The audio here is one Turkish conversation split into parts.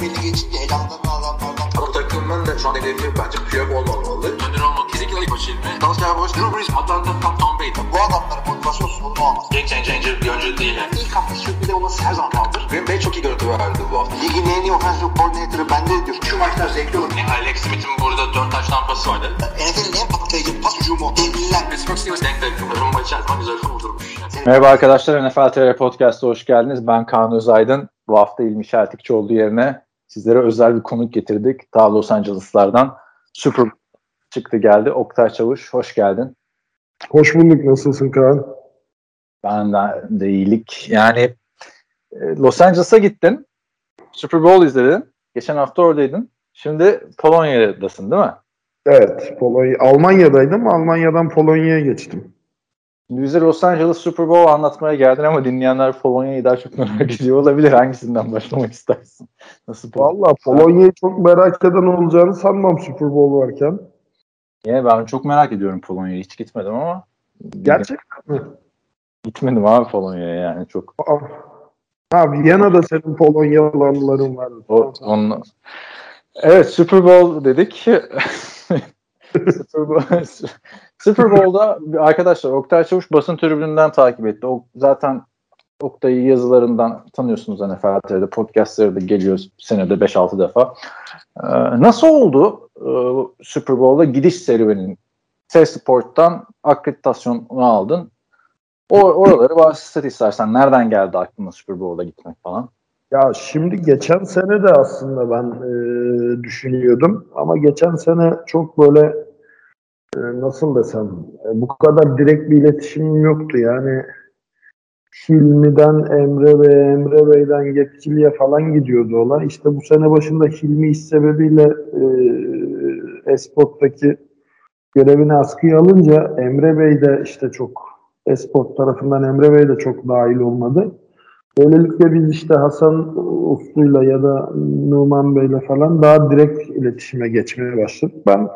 belli geçince elanlarını alanlardan. Ama takımın da şu an hedefi bence Piyok olmamalı. Önder olmalı. Kesinlikle ilk başı ilmi. Dallas Cowboys, Drew Brees, Atlanta, Tom Brady. Bu adamların motivasyon sorunu olmaz. Game changer bir oyuncu değil yani. İlk hafta sürpriz olması her zaman kaldır. Green Bay çok iyi görüntü verdi bu hafta. Ligin en iyi offensive coordinator'ı bende diyor. Şu maçlar zevkli olur. Alex Smith'in burada 4 taş tampası vardı. NFL'in en patlayıcı pas hücumu. Devliler. Pittsburgh Steelers denk denk. Rumba içerisinde güzel kurdurmuş. Merhaba arkadaşlar, NFL TR Podcast'a hoş geldiniz. Ben Kaan Özaydın. Bu hafta İlmi Şeltikçioğlu yerine sizlere özel bir konuk getirdik. Ta Los Angeles'lardan Super çıktı geldi. Oktay Çavuş, hoş geldin. Hoş bulduk. Nasılsın Kaan? Ben de iyilik. Yani Los Angeles'a gittin. Super Bowl izledin. Geçen hafta oradaydın. Şimdi Polonya'dasın değil mi? Evet. Almanya'daydım. Almanya'dan Polonya'ya geçtim. Şimdi bize Los Angeles Super Bowl anlatmaya geldin ama dinleyenler Polonya'yı daha çok merak ediyor olabilir. Hangisinden başlamak istersin? Valla Polonya'yı çok merak eden olacağını sanmam Super Bowl varken. Ben çok merak ediyorum Polonya'ya. Hiç gitmedim ama. Gerçekten mi? Gitmedim abi Polonya'ya yani çok. Viyana'da senin Polonyalı anıların var. Evet, Super Bowl dedik. Super Bowl'da arkadaşlar Oktay Çavuş basın tribününden takip etti. O zaten Oktay'ı yazılarından tanıyorsunuz NFL TR'de, podcastları da geliyor senede 5-6 defa. Nasıl oldu Super Bowl'da gidiş serüvenin? Sport'tan akreditasyonu aldın. Oraları bahset istersen. Nereden geldi aklına Super Bowl'da gitmek falan? Ya şimdi geçen sene de aslında ben düşünüyordum. Ama geçen sene çok böyle nasıl desem bu kadar direkt bir iletişimim yoktu. Yani Hilmi'den Emre Bey'den yetkiliye falan gidiyordu olay. İşte bu sene başında Hilmi iş sebebiyle Esport'taki görevini askıya alınca Emre Bey de işte çok Esport tarafından Emre Bey de çok dahil olmadı. Böylelikle biz işte Hasan Uslu'yla ya da Numan Bey'le falan daha direkt iletişime geçmeye başladık. Ben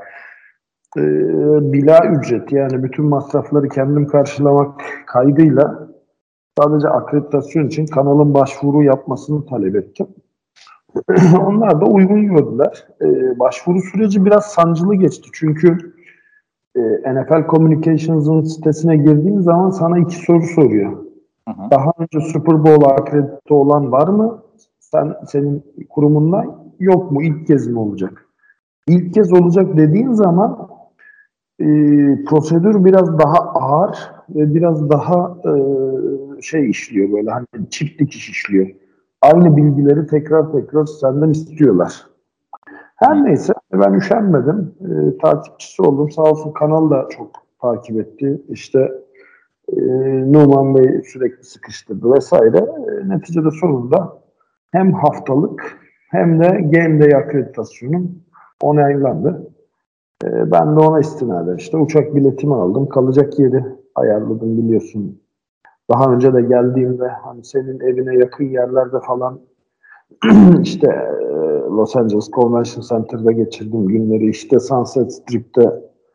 bila ücret yani bütün masrafları kendim karşılamak kaydıyla sadece akreditasyon için kanalın başvuru yapmasını talep ettim. Onlar da uygun gördüler. Başvuru süreci biraz sancılı geçti. Çünkü NFL Communications'ın sitesine girdiğin zaman sana 2 soru soruyor. Hı-hı. Daha önce Super Bowl'a akredite olan var mı? Senin kurumundan yok mu? İlk kez mi olacak? İlk kez olacak dediğin zaman prosedür biraz daha ağır ve biraz daha işliyor böyle hani çift dikiş işliyor. Aynı bilgileri tekrar senden istiyorlar. Her neyse ben üşenmedim. Takipçisi oldum. Sağ olsun kanal da çok takip etti. İşte Numan Bey sürekli sıkıştırdı vesaire. Neticede sonunda hem haftalık hem de Game Day akreditasyonum onaylandı. Ben de ona istinaden işte uçak biletimi aldım. Kalacak yeri ayarladım biliyorsun. Daha önce de geldiğimde hani senin evine yakın yerlerde falan işte Los Angeles Convention Center'da geçirdim günleri. İşte Sunset Strip'te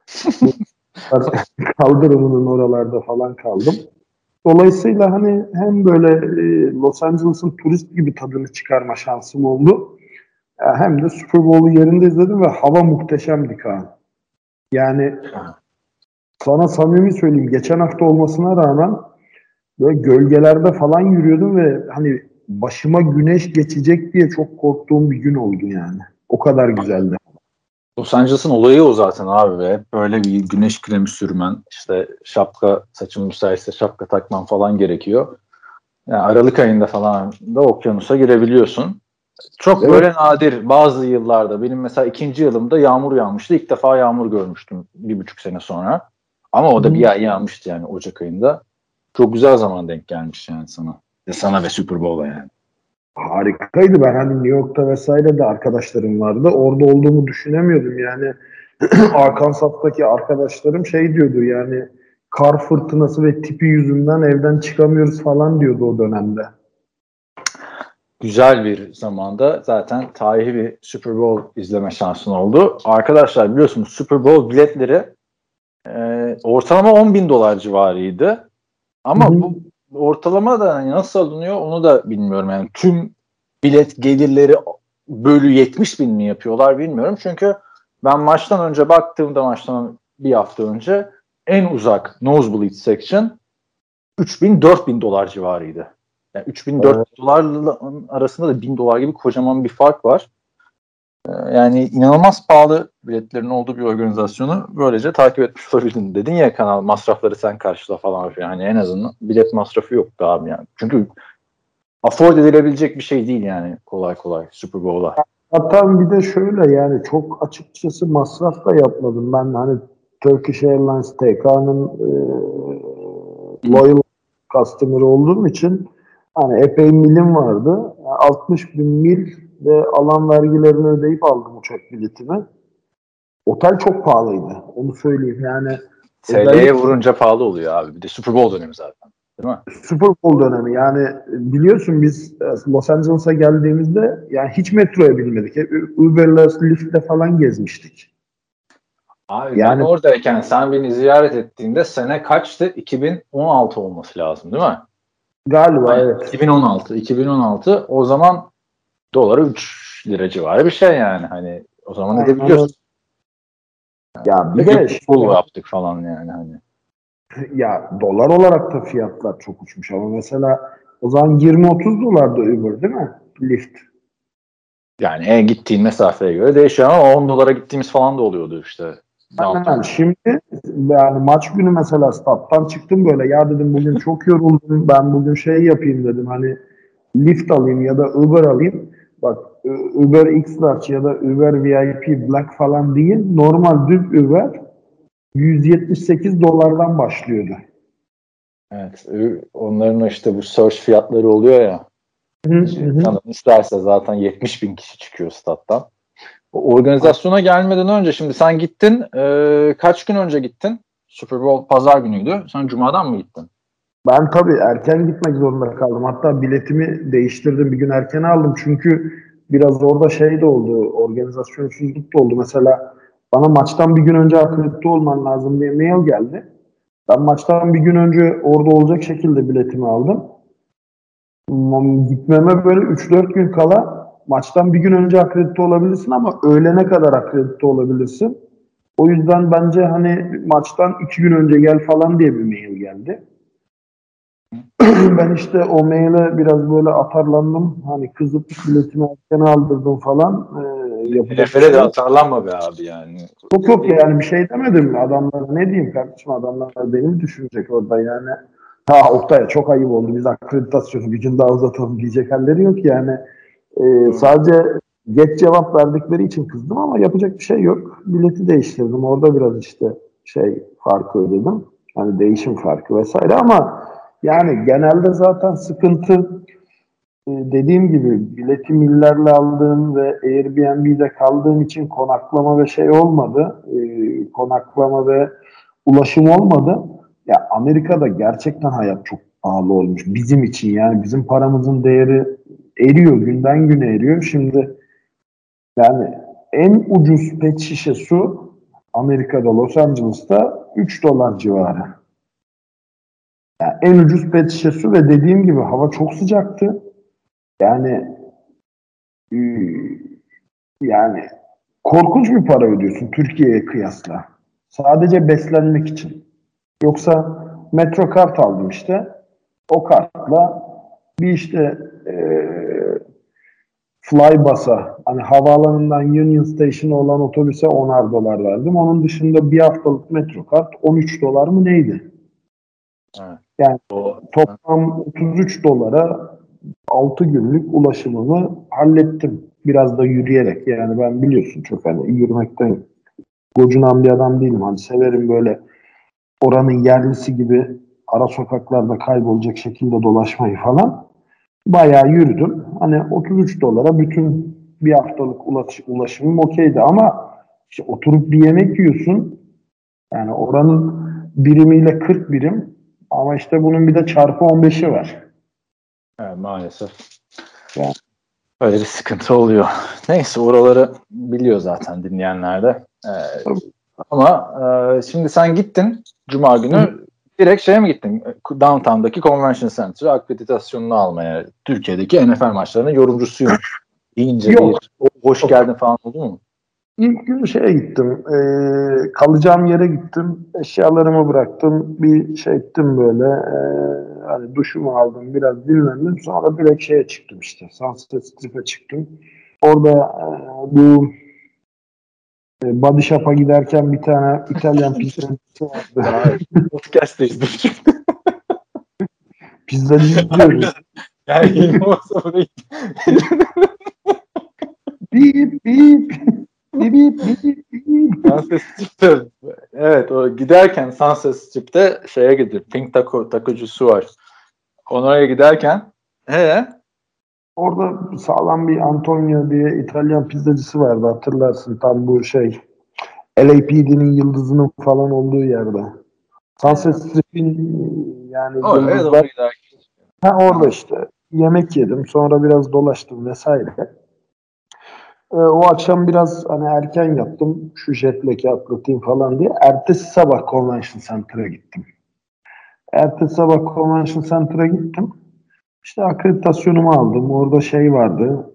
kaldırımının oralarda falan kaldım. Dolayısıyla hani hem böyle Los Angeles'ın turist gibi tadını çıkarma şansım oldu. Hem de Super Bowl'u yerinde izledim ve hava muhteşemdi Kaan. Yani sana samimi söyleyeyim geçen hafta olmasına rağmen böyle gölgelerde falan yürüyordum ve hani başıma güneş geçecek diye çok korktuğum bir gün oldu yani. O kadar güzeldi. Los Angeles'ın olayı o zaten abi ve böyle bir güneş kremi sürmen, işte şapka, saçın müsaitse şapka takman falan gerekiyor. Yani Aralık ayında falan da okyanusa girebiliyorsun. Çok evet. Böyle nadir bazı yıllarda. Benim mesela 2. yılımda yağmur yağmıştı. İlk defa yağmur görmüştüm 1,5 sene sonra. Ama o da bir ay yağmıştı yani Ocak ayında. Çok güzel zaman denk gelmiş yani sana. Sana ve Super Bowl'a yani. Harikaydı. Ben hani New York'ta vesaire de arkadaşlarım vardı. Orada olduğumu düşünemiyordum yani. Arkansas'taki arkadaşlarım şey diyordu yani kar fırtınası ve tipi yüzünden evden çıkamıyoruz falan diyordu o dönemde. Güzel bir zamanda zaten tarihi bir Super Bowl izleme şansın oldu. Arkadaşlar biliyorsunuz Super Bowl biletleri ortalama $10,000 civarıydı. Ama bu ortalama da nasıl alınıyor onu da bilmiyorum. Yani tüm bilet gelirleri bölü 70 bin mi yapıyorlar bilmiyorum. Çünkü ben maçtan önce baktığımda maçtan bir hafta önce en uzak nosebleed section 3.000-4.000 dolar civarıydı. Yani 3.000-4.000 dolarla arasında da 1.000 dolar gibi kocaman bir fark var. Yani inanılmaz pahalı biletlerin olduğu bir organizasyonu böylece takip etmiş olabildin. Dedin ya kanal masrafları sen karşıla falan. Yani en azından bilet masrafı yoktu abi yani. Çünkü afford edilebilecek bir şey değil yani kolay kolay Super Bowl'a. Hatta bir de şöyle yani çok açıkçası masraf da yapmadım. Ben hani Turkish Airlines TK'nın loyal customer olduğum için hani epey milim vardı. Yani 60 bin mil ve alan vergilerini ödeyip aldım uçak biletimi. Otel çok pahalıydı. Onu söyleyeyim. Yani TL'ye vurunca pahalı oluyor abi. Bir de Super Bowl dönemi zaten. Değil mi? Super Bowl dönemi. Yani biliyorsun biz Los Angeles'a geldiğimizde yani hiç metroya binmedik. Hep Uber'le, Lyft'le falan gezmiştik. Abi yani, ben oradayken sen beni ziyaret ettiğinde sene kaçtı? 2016 olması lazım değil mi? Galiba evet. 2016 o zaman doları 3 lira civarı bir şey yani. Hani o zaman edebiliyorsun. Ya bir de full yaptık falan yani hani. Ya dolar olarak da fiyatlar çok uçmuş ama mesela o zaman 20-30 dolardı Uber değil mi? Lyft. Yani gittiğin mesafeye göre değişiyor ama 10 dolara gittiğimiz falan da oluyordu işte. Aynen. Şimdi yani maç günü mesela stat'tan çıktım böyle ya dedim bugün çok yoruldum ben bugün şey yapayım dedim hani Lyft alayım ya da Uber alayım. Bak Uber X-Large ya da Uber VIP Black falan değil normal düz Uber 178 dolardan başlıyordu. Evet. Onların işte bu search fiyatları oluyor ya. Canım isterse zaten 70 bin kişi çıkıyor stat'tan. O organizasyona gelmeden önce şimdi sen gittin. Kaç gün önce gittin? Super Bowl pazar günüydü. Sen cumadan mı gittin? Ben tabii erken gitmek zorunda kaldım. Hatta biletimi değiştirdim. Bir gün erken aldım. Çünkü biraz orada şey de oldu. Organizasyonsuzluk da oldu. Mesela bana maçtan bir gün önce akredite olman lazım diye mail geldi. Ben maçtan bir gün önce orada olacak şekilde biletimi aldım. Gitmeme böyle 3-4 gün kala maçtan bir gün önce akredite olabilirsin ama öğlene kadar akredite olabilirsin. O yüzden bence hani maçtan 2 gün önce gel falan diye bir mail geldi. Ben işte o maile biraz böyle atarlandım. Hani kızıp biletimi erken aldırdım falan. NFL'e de atarlanma be abi yani. Yok yani bir şey demedim. Adamlar ne diyeyim kardeşim adamlar beni mi düşünecek orada yani. Ha Oktay çok ayıp oldu biz akreditasyonu bir gün daha uzatalım diyecek halleri yok yani. Sadece geç cevap verdikleri için kızdım ama yapacak bir şey yok. Bileti değiştirdim. Orada biraz işte farkı ödedim. Hani değişim farkı vesaire ama yani genelde zaten sıkıntı dediğim gibi bileti millerle aldığım ve Airbnb'de kaldığım için konaklama ve şey olmadı. Konaklama ve ulaşım olmadı. Ya Amerika'da gerçekten hayat çok pahalı olmuş. Bizim için yani bizim paramızın değeri eriyor. Günden güne eriyor. Şimdi yani en ucuz pet şişe su Amerika'da Los Angeles'ta 3 dolar civarı. Yani en ucuz pet şişe su ve dediğim gibi hava çok sıcaktı. Yani e, yani korkunç bir para ödüyorsun Türkiye'ye kıyasla. Sadece beslenmek için. Yoksa metro kart aldım işte. O kartla bir işte Flybus'a hani havaalanından Union Station'a olan otobüse 10'ar dolar verdim. Onun dışında bir haftalık metro kart 13 dolar mı neydi? Evet. Yani toplam 33 dolara 6 günlük ulaşımımı hallettim. Biraz da yürüyerek yani ben biliyorsun çok hani yürümekten gocunan bir adam değilim. Hani severim böyle oranın yerlisi gibi ara sokaklarda kaybolacak şekilde dolaşmayı falan. Bayağı yürüdüm. Hani 33 dolara bütün bir haftalık ulaşımım okeydi ama işte oturup bir yemek yiyorsun. Yani oranın birimiyle 40 birim ama işte bunun bir de çarpı 15'i var. Evet, maalesef. Yani. Öyle bir sıkıntı oluyor. Neyse oraları biliyor zaten dinleyenler de. Ama şimdi sen gittin Cuma günü direkt şeye mi gittin? Downtown'daki Convention Center'a akreditasyonunu almaya. Türkiye'deki NFL maçlarının yorumcusuyum deyince Yok. hoş geldin falan oldu mu? İlk gün şeye gittim. Kalacağım yere gittim. Eşyalarımı bıraktım. Bir şey ettim böyle. Hani duşumu aldım. Biraz dinlendim. Sonra direkt şeye çıktım işte. Sunset Strip'e çıktım. Orada bu Body Shop'a giderken bir tane İtalyan pizzacısı vardı. Podcast'teyiz. Pizzacı diyoruz. Yani ilmi olsa burayı. Bip bip. Bip bip bip bip. Sunset Strip'te, evet, o giderken Sunset Strip'te şeye gidiyor. Pink takocusu var. Oraya giderken Orada sağlam bir Antonio diye İtalyan pizzacısı vardı, hatırlarsın. Tam bu şey LAPD'nin yıldızının falan olduğu yerde. Sunset Strip'in yani oraya yıldızlar. giderken. Orada işte yemek yedim. Sonra biraz dolaştım vesaire. O akşam biraz hani erken yattım. Şu jet lag'i atlatayım falan diye. Ertesi sabah Convention Center'a gittim. Ertesi sabah Convention Center'a gittim. İşte akreditasyonumu aldım. Orada şey vardı.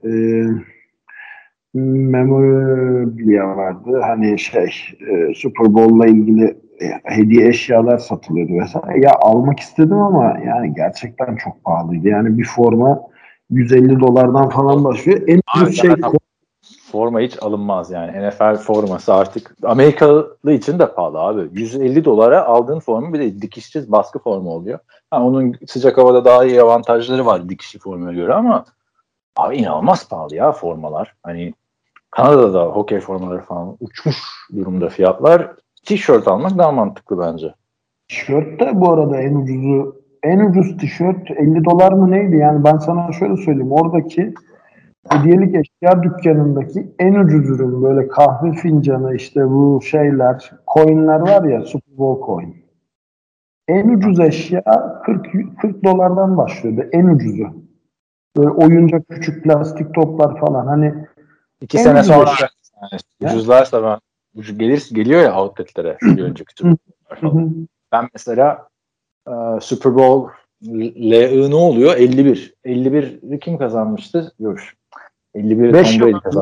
Memorabilia vardı. Hani Super Bowl'la ilgili hediye eşyalar satılıyordu vesaire. Ya almak istedim ama yani gerçekten çok pahalıydı. Yani bir forma $150 falan başlıyor. En ucuz şey Forma hiç alınmaz yani. NFL forması artık Amerikalı için de pahalı abi. $150 aldığın forma bir de dikişsiz baskı forma oluyor. Onun sıcak havada daha iyi avantajları var dikişli formaya göre ama abi inanılmaz pahalı ya formalar. Hani Kanada'da da hokey formaları falan uçmuş durumda fiyatlar. Tişört almak daha mantıklı bence. Tişört de bu arada en ucuz tişört $50 mı neydi? Yani ben sana şöyle söyleyeyim. Oradaki hediyelik eşya dükkanındaki en ucuz ürün böyle kahve fincanı, işte bu şeyler, coinler var ya, Super Bowl coin. En ucuz eşya $40 başlıyordu. En ucuzu. Böyle oyuncak küçük plastik toplar falan. Hani 2 en sene ucuz sonra eşya. yani ucuzlarsa ben geliyor ya outletlere bir önceki tur falan. Ben mesela Super Bowl LI ne oluyor? 51. 51'i kim kazanmıştı? Yok. 51'i Tom Brady kazandı.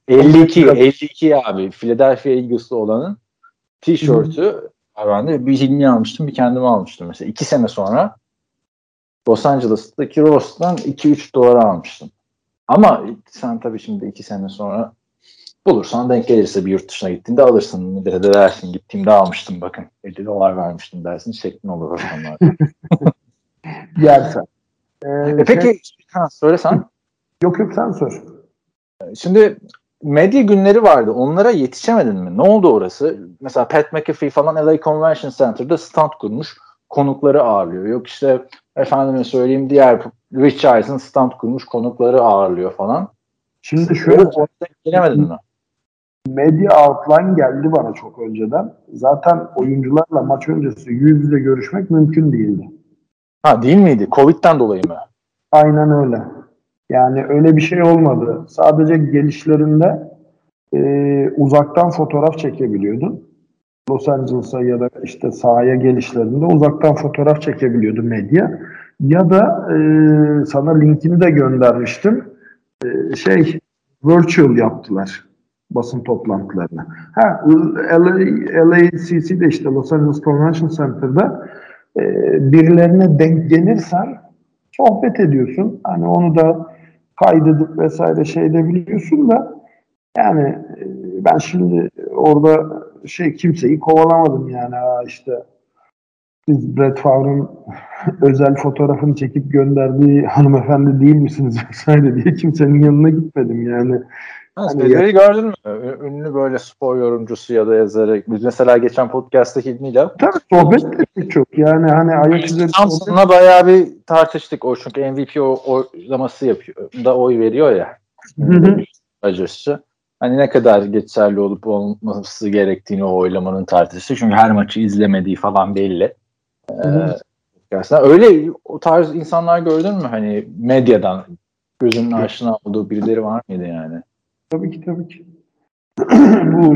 52 abi. Philadelphia Eagles'lı olanın tişörtü ben de bir hilmi almıştım, bir kendime almıştım. Mesela 2 sene sonra Los Angeles'taki Ross'tan $2-3 almıştım. Ama sen tabii şimdi 2 sene sonra bulursan denk gelirse bir yurt dışına gittiğinde alırsın. Millete de dersin gittiğimde almıştım bakın $50 vermiştim dersin şeklin olur rakamlar. Yersen. Peki söylesen. Yok sen sor. Şimdi medya günleri vardı. Onlara yetişemedin mi? Ne oldu orası? Mesela Pat McAfee falan LA Convention Center'da stand kurmuş. Konukları ağırlıyor. Yok işte efendime söyleyeyim diğer Rich Eisen stand kurmuş. Konukları ağırlıyor falan. Şimdi şöyle orada gelemedin mi? Medya outline geldi bana çok önceden. Zaten oyuncularla maç öncesi yüz yüze görüşmek mümkün değildi. Değil miydi? Covid'den dolayı mı? Aynen öyle. Yani öyle bir şey olmadı. Sadece gelişlerinde uzaktan fotoğraf çekebiliyordun. Los Angeles'a ya da işte sahaya gelişlerinde uzaktan fotoğraf çekebiliyordu medya. Ya da sana linkini de göndermiştim. Virtual yaptılar basın toplantılarını. LACC'de işte Los Angeles Convention Center'da birilerine denk gelirsen sohbet ediyorsun. Hani onu da kaydedip vesaire şey edebiliyorsun da yani ben şimdi orada kimseyi kovalamadım yani. İşte siz Brett Favre'ın özel fotoğrafını çekip gönderdiği hanımefendi değil misiniz vesaire diye kimsenin yanına gitmedim yani. Şeyleri gördün mü? Ünlü böyle spor yorumcusu ya da yazarı. Biz mesela geçen podcast'taki İbni'yle tabii sohbet ettik çok. Yani hani ayak üzeri Thompson'la bayağı bir tartıştık. O çünkü MVP oylaması yapıyor. Da oy veriyor ya. Acısı. Hani ne kadar geçerli olup olması gerektiğini o oylamanın tartıştık. Çünkü her maçı izlemediği falan belli. Gerçekten öyle o tarz insanlar gördün mü? Hani medyadan gözünün aşina olduğu birileri var mıydı yani? Tabii ki. Bu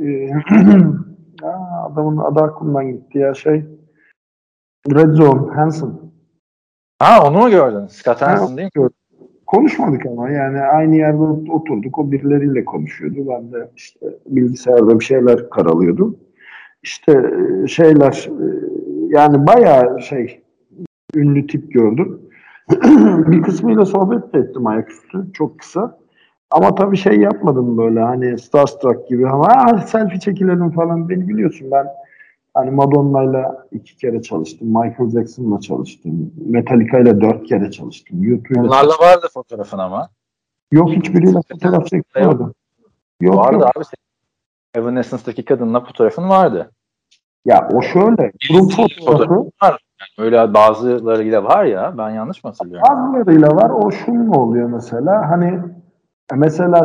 adamın adı aklımdan gitti ya Red Zone, Hansen. Onu mu gördün? Scott Hansen değil mi? Konuşmadık ama yani aynı yerde oturduk. O birileriyle konuşuyordu. Ben de işte bilgisayarda bir şeyler karalıyordum. İşte şeyler yani bayağı ünlü tip gördüm. Bir kısmıyla sohbet de ettim ayaküstü. Çok kısa. Ama tabii yapmadım böyle hani Starstruck gibi ama selfie çekilelim falan. Beni biliyorsun ben hani Madonna'yla 2 kere çalıştım. Michael Jackson'la çalıştım. Metallica'yla 4 kere çalıştım. YouTube'la Onlarla çalıştım. vardı fotoğrafın ama. Yok hiçbiriyle fotoğraf çekmedim. Yok Vardı yok. abi. Evanescence'daki kadınla fotoğrafın vardı. Ya o şöyle. Grup fotoğrafı Var. Yani öyle bazılarıyla var ya. Ben yanlış mı hatırlıyorum? bazılarıyla var. O şununla oluyor mesela. Hani mesela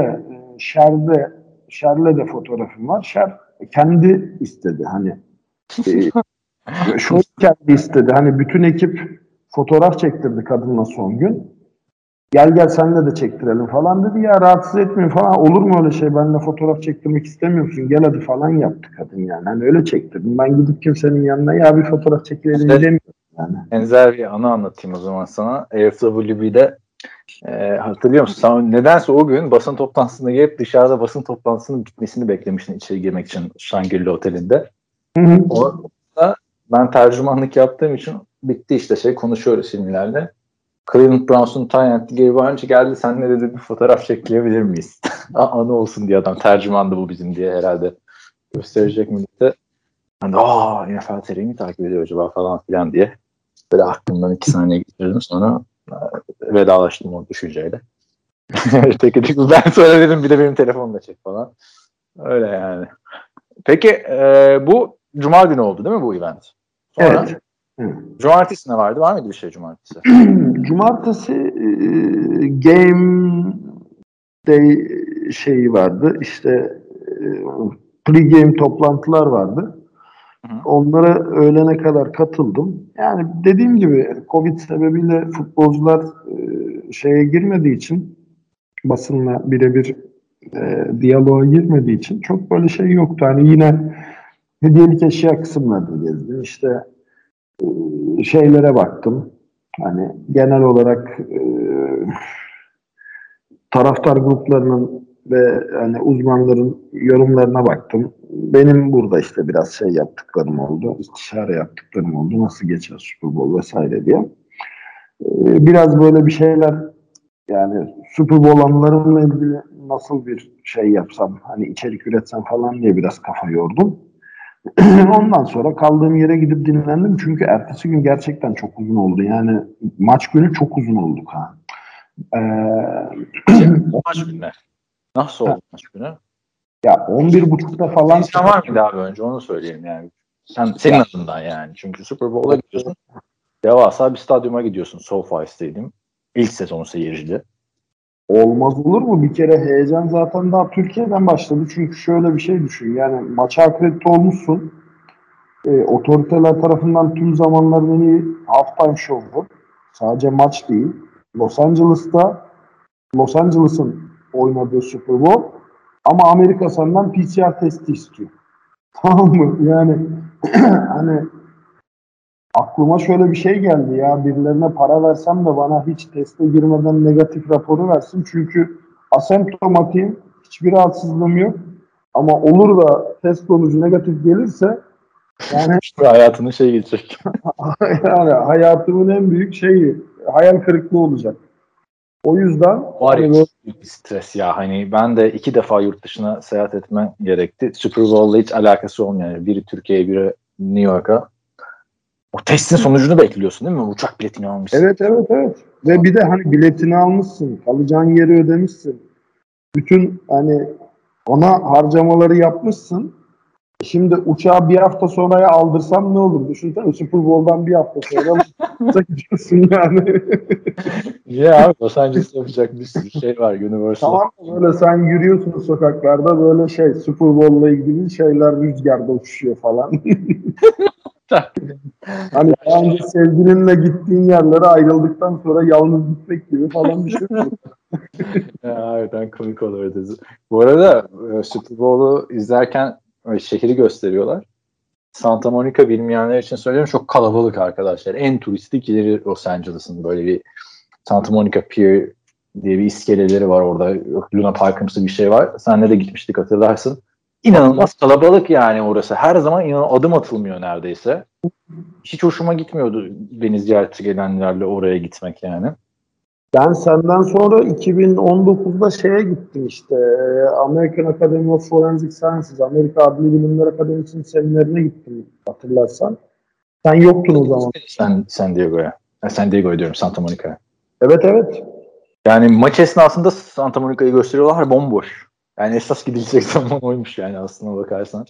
Şer'le de fotoğrafım var. Şer kendi istedi. Hani şöyle kendi istedi. Hani bütün ekip fotoğraf çektirdi kadınla son gün. Gel senle de çektirelim falan dedi. Ya rahatsız etmeyin falan. Olur mu öyle şey? Benimle fotoğraf çektirmek istemiyorsun. Gel hadi falan yaptı kadın yani. Hani öyle çektirdim. Ben gidip kimsenin yanına ya bir fotoğraf çekilelim demiyorum yani. Benzer bir anı anlatayım o zaman sana. AFWB'de hatırlıyor musun? Sen nedense o gün basın toplantısında gelip dışarıda basın toplantısının bitmesini beklemiştin içeri girmek için Shangri-La Oteli'nde. Orada ben tercümanlık yaptığım için bitti işte konuşuyoruz filmlerle. Cleveland Browns'un Tyrant'i geri varınca geldi. Seninle dedi bir fotoğraf çekilebilir miyiz? Anı olsun diye adam. Tercümandı bu bizim diye herhalde. Gösterecek millete. Hani NFL TR'yi mi takip ediyor acaba falan filan diye. Böyle aklımdan 2 saniye geçirdim. Sonra vedalaştım o düşünceyle. Peki ben sonra dedim bir de benim telefonla çek falan. Öyle yani. Peki bu Cuma günü oldu değil mi bu event? Sonra, Evet. Cumartesi ne vardı? Var mıydı bir şey cumartesi? Cumartesi Game Day vardı. İşte pre-game toplantılar vardı. Onlara öğlene kadar katıldım. Yani dediğim gibi Covid sebebiyle futbolcular girmediği için basınla birebir diyaloğa girmediği için çok böyle yoktu. Hani yine hediyelik eşya kısımlarını gezdim. İşte şeylere baktım. Hani genel olarak taraftar gruplarının ve hani uzmanların yorumlarına baktım. Benim burada işte biraz yaptıklarım oldu. İstişare yaptıklarım oldu. Nasıl geçer Super Bowl vesaire diye. Biraz böyle bir şeyler yani Super Bowl anlarımla ilgili nasıl bir yapsam hani içerik üretsem falan diye biraz kafa yordum. Ondan sonra kaldığım yere gidip dinlendim. Çünkü ertesi gün gerçekten çok uzun oldu. Yani maç günü çok uzun oldu Kaan. Maç günü. Nasıl oldu maç günü? Ya 11.30'da falan. Sen var mıydı abi önce onu söyleyeyim yani. Senin adından yani. Çünkü Super Bowl'a gidiyorsun. Devasa bir stadyuma gidiyorsun. SoFi Stadium. İlk sezonu seyircili. Olmaz olur mu? Bir kere heyecan zaten daha Türkiye'den başladı. Çünkü şöyle bir şey düşün. Yani maça akredite olmuşsun. Otoriteler tarafından tüm zamanların en iyi halftime show'u. Sadece maç değil. Los Angeles'ın oynadığı Super Bowl ama Amerika senden PCR testi istiyor. Tamam mı? Yani hani aklıma şöyle bir şey geldi ya birilerine para versem de bana hiç teste girmeden negatif raporu versin. Çünkü asemptomatiyim, hiçbir rahatsızlığım yok. Ama olur da test sonucu negatif gelirse yani hayatının geçecek. yani hayatımın en büyük hayal kırıklığı olacak. O yüzden var ya büyük bir stres ya. Hani ben de 2 defa yurt dışına seyahat etmem gerekti. Super Bowl'la hiç alakası olmayan. Biri Türkiye'ye, biri New York'a. O testin sonucunu bekliyorsun değil mi? Uçak biletini almışsın. Evet. Ve bir de hani biletini almışsın, kalacağın yeri ödemişsin. Bütün hani ona harcamaları yapmışsın. Şimdi uçağı bir hafta sonraya aldırsam ne olur? Düşünsene Super Bowl'dan bir hafta sonra gidiyorsun yani. Ya abi Los Angeles'ta yapacak bir sürü şey var. Universal. Tamam mı? Böyle sen yürüyorsun sokaklarda böyle Super Bowl'la ilgili şeyler rüzgarda uçuşuyor falan. Hani daha önce sevgilinle gittiğin yerlere ayrıldıktan sonra yalnız gitmek gibi falan bir şey. Harbiden komik olurdu. Bu arada Super Bowl'u izlerken şehri gösteriyorlar. Santa Monica bilmeyenler için söylüyorum çok kalabalık arkadaşlar. En turistik yeri Los Angeles'ın böyle bir Santa Monica Pier diye bir iskeleleri var orada. Luna Park'ımsı bir şey var. Senle de gitmiştik hatırlarsın. İnanılmaz kalabalık yani orası. Her zaman adım atılmıyor neredeyse. Hiç hoşuma gitmiyordu beni ziyarete gelenlerle oraya gitmek yani. Ben senden sonra 2019'da şeye gittim işte. American Academy of Forensic Sciences, Amerika Adli Bilimler Akademisi'nin seminerine gittim hatırlarsan. Sen yoktun o zaman. San Diego'ya. San Diego'ya diyorum, Santa Monica'ya. Evet evet. Yani maç esnasında Santa Monica'yı gösteriyorlar, bomboş. Yani esas gidilecek zaman oymuş yani aslına bakarsan.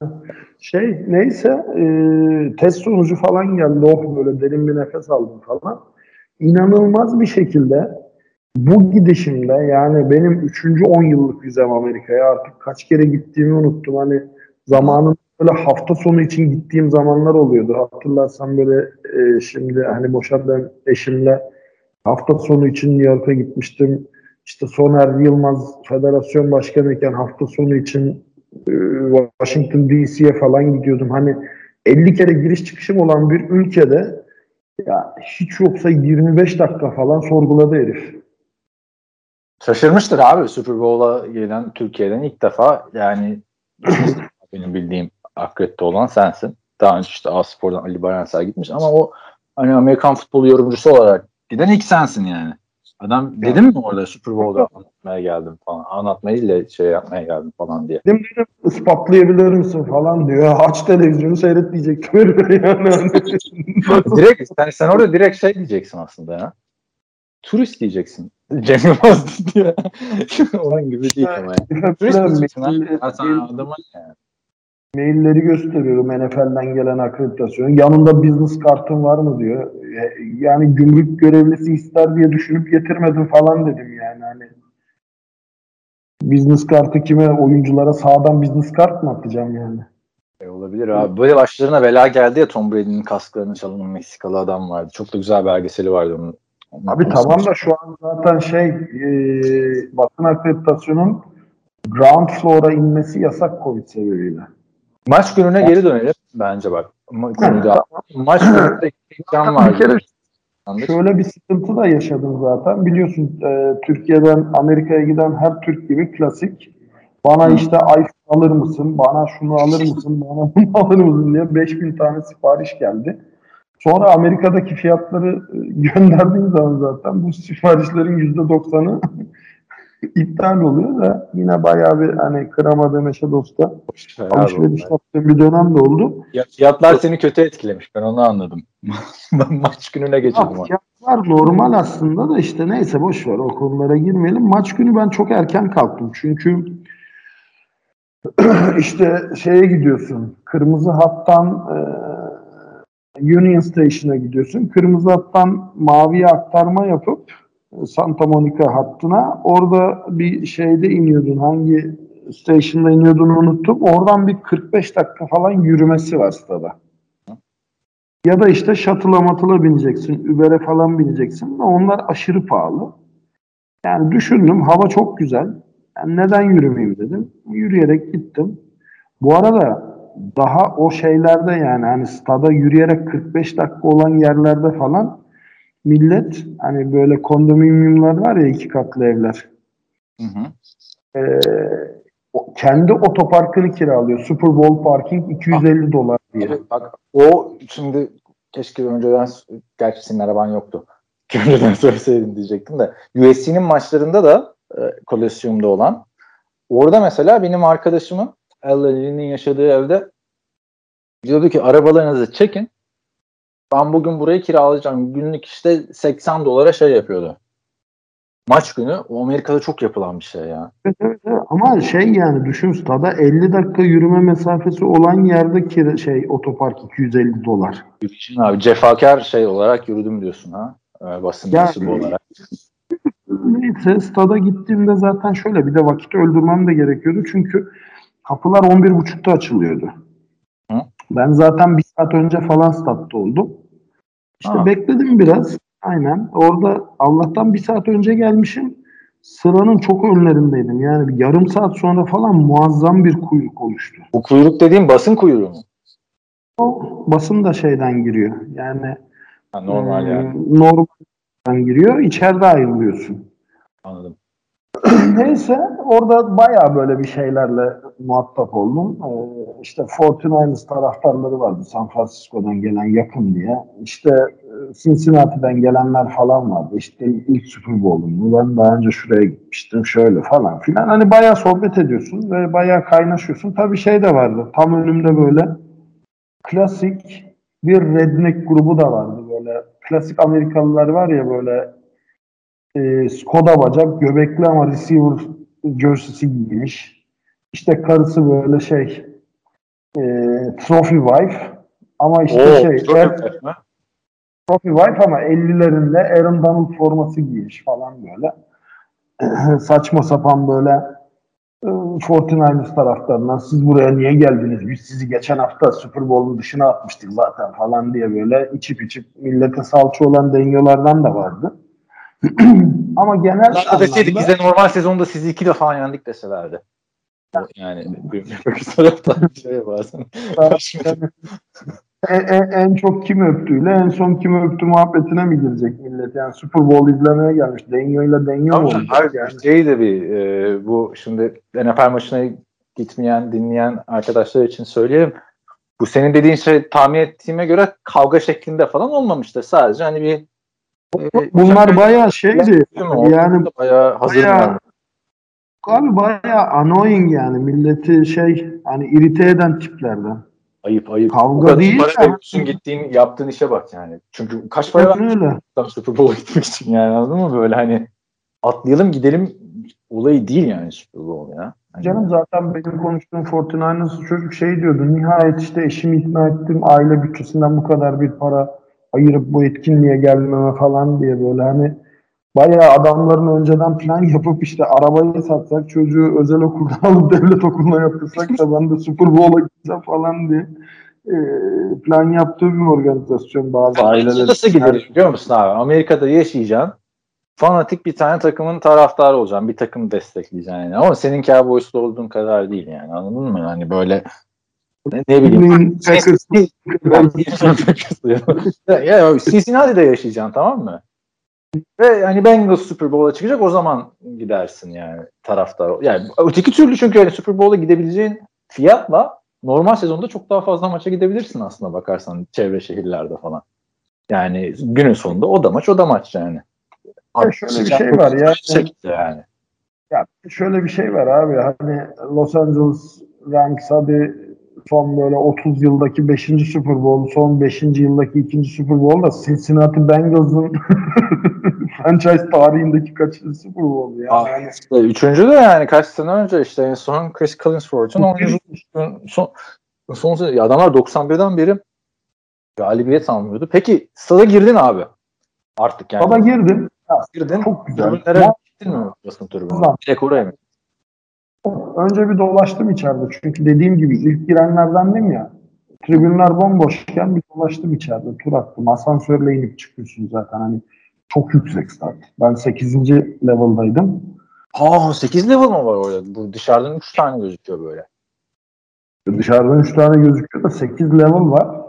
Neyse test sonucu falan geldi. Oh böyle derin bir nefes aldım falan. İnanılmaz bir şekilde bu gidişimde yani benim 3. 10 yıllık vizem Amerika'ya, artık kaç kere gittiğimi unuttum. Hani zamanın böyle hafta sonu için gittiğim zamanlar oluyordu. Hatırlarsan böyle şimdi hani boşandım eşimle hafta sonu için New York'a gitmiştim. İşte Soner Yılmaz Federasyon Başkanıyken hafta sonu için Washington DC'ye falan gidiyordum. Hani 50 kere giriş çıkışım olan bir ülkede ya hiç yoksa 25 dakika falan sorguladı herif. Şaşırmıştır abi, Super Bowl'a gelen Türkiye'den ilk defa yani benim bildiğim akredite olan sensin. Daha önce işte A-Spor'dan Ali Barensel gitmiş ama o hani Amerikan futbolu yorumcusu olarak giden ilk sensin yani. Adam dedim mi orada Super Bowl'da anlatmaya geldim falan. Anlatmayı ile şey yapmaya geldim falan diye. Dedim ispatlayabilir misin falan diyor. Aç televizyonu seyret diyecektim. Yani. Direkt sen orada direkt şey diyeceksin aslında ya. Turist diyeceksin. Cem Yılmaz diye. Onun gibi değil ama yani. Turist diyeceksin abi. Adama yani. Mailleri gösteriyorum NFL'den gelen akreditasyonu. Yanında business kartın var mı diyor. Yani gümrük görevlisi ister diye düşünüp getirmedim falan dedim yani. Hani business kartı kime? Oyunculara sağdan business kart mı atacağım yani? Olabilir abi. Böyle başlarına bela geldi ya, Tom Brady'nin kasklarını çalan Meksikalı adam vardı. Çok da güzel belgeseli vardı onun. Abi tamam da şu an zaten basın akreditasyonun ground floor'a inmesi yasak Covid sebebiyle. Maç gününe geri dönelim bence bak. Maç gününde ekran vardı. Bir kere şöyle bir sıkıntı da yaşadım zaten. Biliyorsun Türkiye'den Amerika'ya giden her Türk gibi klasik. Bana işte iPhone alır mısın? Bana şunu alır mısın? Bana bunu alır mısın diye 5000 tane sipariş geldi. Sonra Amerika'daki fiyatları gönderdiğim zaman zaten bu siparişlerin %90'ı iptal oluyor da yine bayağı bir hani kıramadığım eşe dosta alışveriş yaptığım bir dönem de oldu. Fiyatlar seni kötü etkilemiş. Ben onu anladım. Maç gününe geçelim. Fiyatlar normal aslında da işte neyse boş ver, o konulara girmeyelim. Maç günü ben çok erken kalktım. Çünkü işte şeye gidiyorsun. Kırmızı hattan Union Station'a gidiyorsun. Kırmızı hattan maviye aktarma yapıp Santa Monica hattına, orada bir şeyde iniyordun. Hangi station'da iniyordun unuttum. Oradan bir 45 dakika falan yürümesi var stada. Ya da işte shuttle'a matıla bineceksin. Uber'e falan bineceksin. Onlar aşırı pahalı. Yani düşündüm, hava çok güzel. Yani neden yürümeyeyim dedim. Yürüyerek gittim. Bu arada daha o şeylerde yani hani stada yürüyerek 45 dakika olan yerlerde falan millet hani böyle kondominyumlar var ya, 2 katlı evler. Hı hı. Kendi otoparkını kiralıyor. Super Bowl parking $250 diye. Bak o şimdi keşke önceden, gerçi senin araban yoktu. Önceden söyleseydin diyecektim de. USC'nin maçlarında da Coliseum'da olan, orada mesela benim arkadaşımın Ella'nın yaşadığı evde diyordu ki arabalarınızı çekin. Ben bugün burayı kiralayacağım. Günlük işte $80 şey yapıyordu. Maç günü. O Amerika'da çok yapılan bir şey ya. Evet. Ama yani düşün, stada 50 dakika yürüme mesafesi olan yerde otopark $250. Yürüyüşün abi cefakar şey olarak yürüdüm diyorsun ha. Basın mensubu olarak. Neyse stada gittiğimde zaten şöyle bir de vakit öldürmem de gerekiyordu. Çünkü kapılar 11.30'da açılıyordu. Hı? Ben zaten bir saat önce falan statta oldum. İşte bekledim biraz. Aynen. Orada Allah'tan bir saat önce gelmişim. Sıranın çok önlerindeydim. Yani bir yarım saat sonra falan muazzam bir kuyruk oluştu. Bu kuyruk dediğim basın kuyruğu mu? O basın da şeyden giriyor. Yani normal yani. Normalden giriyor. İçeride ayrılıyorsun. Anladım. Neyse orada bayağı böyle bir şeylerle muhatap oldum. İşte 49ers taraftarları vardı San Francisco'dan gelen yakın diye. İşte Cincinnati'den gelenler falan vardı. İşte ilk Super Bowl'um. Ben daha önce şuraya gitmiştim şöyle falan filan. Hani bayağı sohbet ediyorsun ve bayağı kaynaşıyorsun. Tabii şey de vardı. Tam önümde böyle klasik bir redneck grubu da vardı. Böyle klasik Amerikalılar var ya böyle Skoda bacak, göbekli ama receiver jersey'si giymiş. İşte karısı böyle şey trophy wife ama işte trophy wife ama 50'lerinde Aaron Donald forması giymiş falan böyle. Saçma sapan böyle 49ers taraftarından siz buraya niye geldiniz? Biz sizi geçen hafta Super Bowl'un dışına atmıştık zaten falan diye böyle içip millete salça olan denyolardan da vardı. Ama genel anlamda deseydik bize normal sezonda sizi 2 defa yendik deselerdi. Yani bir taraftan şey bazen. En çok kim öptüğüyle en son kim öptü muhabbetine mi girecek millet? Yani Super Bowl izlemeye gelmiş. Denyo'yla denyo mu olacak yani? Şey de bu şimdi NFL maçına gitmeyen, dinleyen arkadaşlar için söyleyeyim. Bu senin dediğin şey tahmin ettiğime göre kavga şeklinde falan olmamıştır. Sadece hani bir bunlar bayağı şeydi. Yani bayağı hazır yani. Abi bayağı annoying yani. Milleti hani irite eden tiplerden. Ayıp. Kavga değil de. Gittiğin, yaptığın işe bak yani. Çünkü kaç para verdin Super Bowl'a gitmek için yani, anladın mı? Böyle hani atlayalım gidelim olayı değil yani Super Bowl ya. Hani canım zaten benim konuştuğum 49ers'ı çocuk şey diyordu. Nihayet işte eşimi ikna ettim. Aile bütçesinden bu kadar bir para ayırıp bu etkinliğe gelmeme falan diye böyle hani bayağı adamların önceden plan yapıp işte arabayı satsak çocuğu özel okuldan alıp devlet okuluna yaptırsak da ben de Super Bowl'a gideceğim falan diye plan yaptığı bir organizasyon bazı aileler. Nasıl gider biliyor musun abi? Amerika'da yaşayacaksın. Fanatik bir tane takımın taraftarı olacaksın. Bir takımı destekleyeceksin yani. Ama senin Cowboys'ta olduğun kadar değil yani. Anladın mı? Yani böyle ne bileyim. Ya Cincinnati'de yaşayacaksın, tamam mı? Ve yani Bengals Super Bowl'a çıkacak, o zaman gidersin yani taraftar. Yani öteki türlü, çünkü yani Super Bowl'a gidebileceğin fiyatla normal sezonda çok daha fazla maça gidebilirsin aslında bakarsan çevre şehirlerde falan. Yani günün sonunda o da maç yani. Şöyle bir şey var ya. Yani. Ya şöyle bir şey var abi. Hani Los Angeles Rams hadi son böyle 30 yıldaki 5. Super Bowl, son 5. yıldaki 2. Super Bowl da Cincinnati Bengals'ın franchise tarihindeki kaçıncı Super Bowl ya. Yani. İşte üçüncü de yani kaç sene önce işte en son Chris Collinsworth'un son adamlar 91'den beri galibiyet almıyordu. Peki stada girdin abi. Artık yani. Stada girdim. Girdin. Çok güzel. Gittin mi basın tribüne? Direkt oraya mı? Önce bir dolaştım içeride. Çünkü dediğim gibi ilk girenlerdendim ya. Tribünler bomboşken bir dolaştım içeride. Tur attım. Asansörle inip çıkıyorsun zaten. Hani çok yüksek stat. Ben 8. level'daydım. 8 level mı var orada? Bu dışarıdan 3 tane gözüküyor böyle. Dışarıdan 3 tane gözüküyor da 8 level var.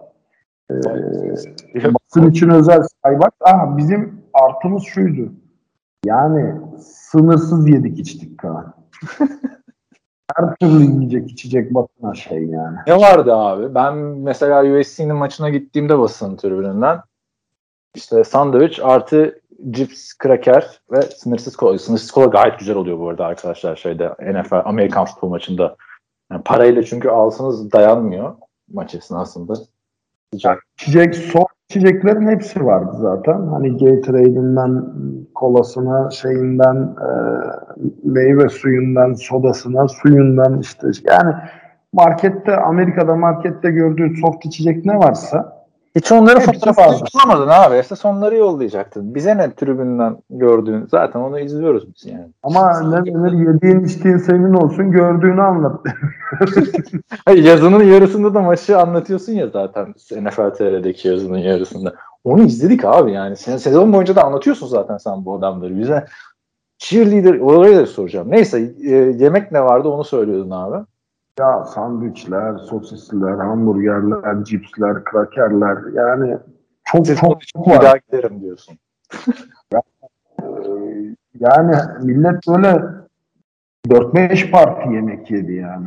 Basın için özel Skybox. Bizim artımız şuydu. Yani sınırsız yedik içtik Kaan. Her türlü yiyecek içecek basına yani. Ne vardı abi? Ben mesela USC'nin maçına gittiğimde basın tribününden işte sandviç artı cips, kraker ve sınırsız kola. Sınırsız kola gayet güzel oluyor bu arada arkadaşlar NFL, Amerikan futbol maçında. Yani parayla çünkü alsanız dayanmıyor maç esnasında. Sıcak. Soğuk içeceklerin hepsi vardı zaten. Hani Gatorade'inden kolasına, meyve suyundan, sodasına, suyundan işte. Yani Amerika'da markette gördüğün soft içecek ne varsa hiç onların fotoğrafını bulamadın abi. Esas onları yollayacaktın. Bize ne tribünden gördüğün? Zaten onu izliyoruz biz yani. Ama ne denir, yediğin içtiğin senin olsun, gördüğünü anlat. Yazının yarısında da maçı anlatıyorsun ya zaten. NFL TR'deki yazının yarısında. Onu izledik abi yani. Sen sezon boyunca da anlatıyorsun zaten sen bu adamları bize. Cheerleader, orayı da soracağım. Neyse, yemek ne vardı onu söylüyordun abi. Ya sandviçler, sosisler, hamburgerler, cipsler, krakerler, yani çok var. Bir daha giderim diyorsun. Yani millet böyle 4-5 parti yemek yedi yani.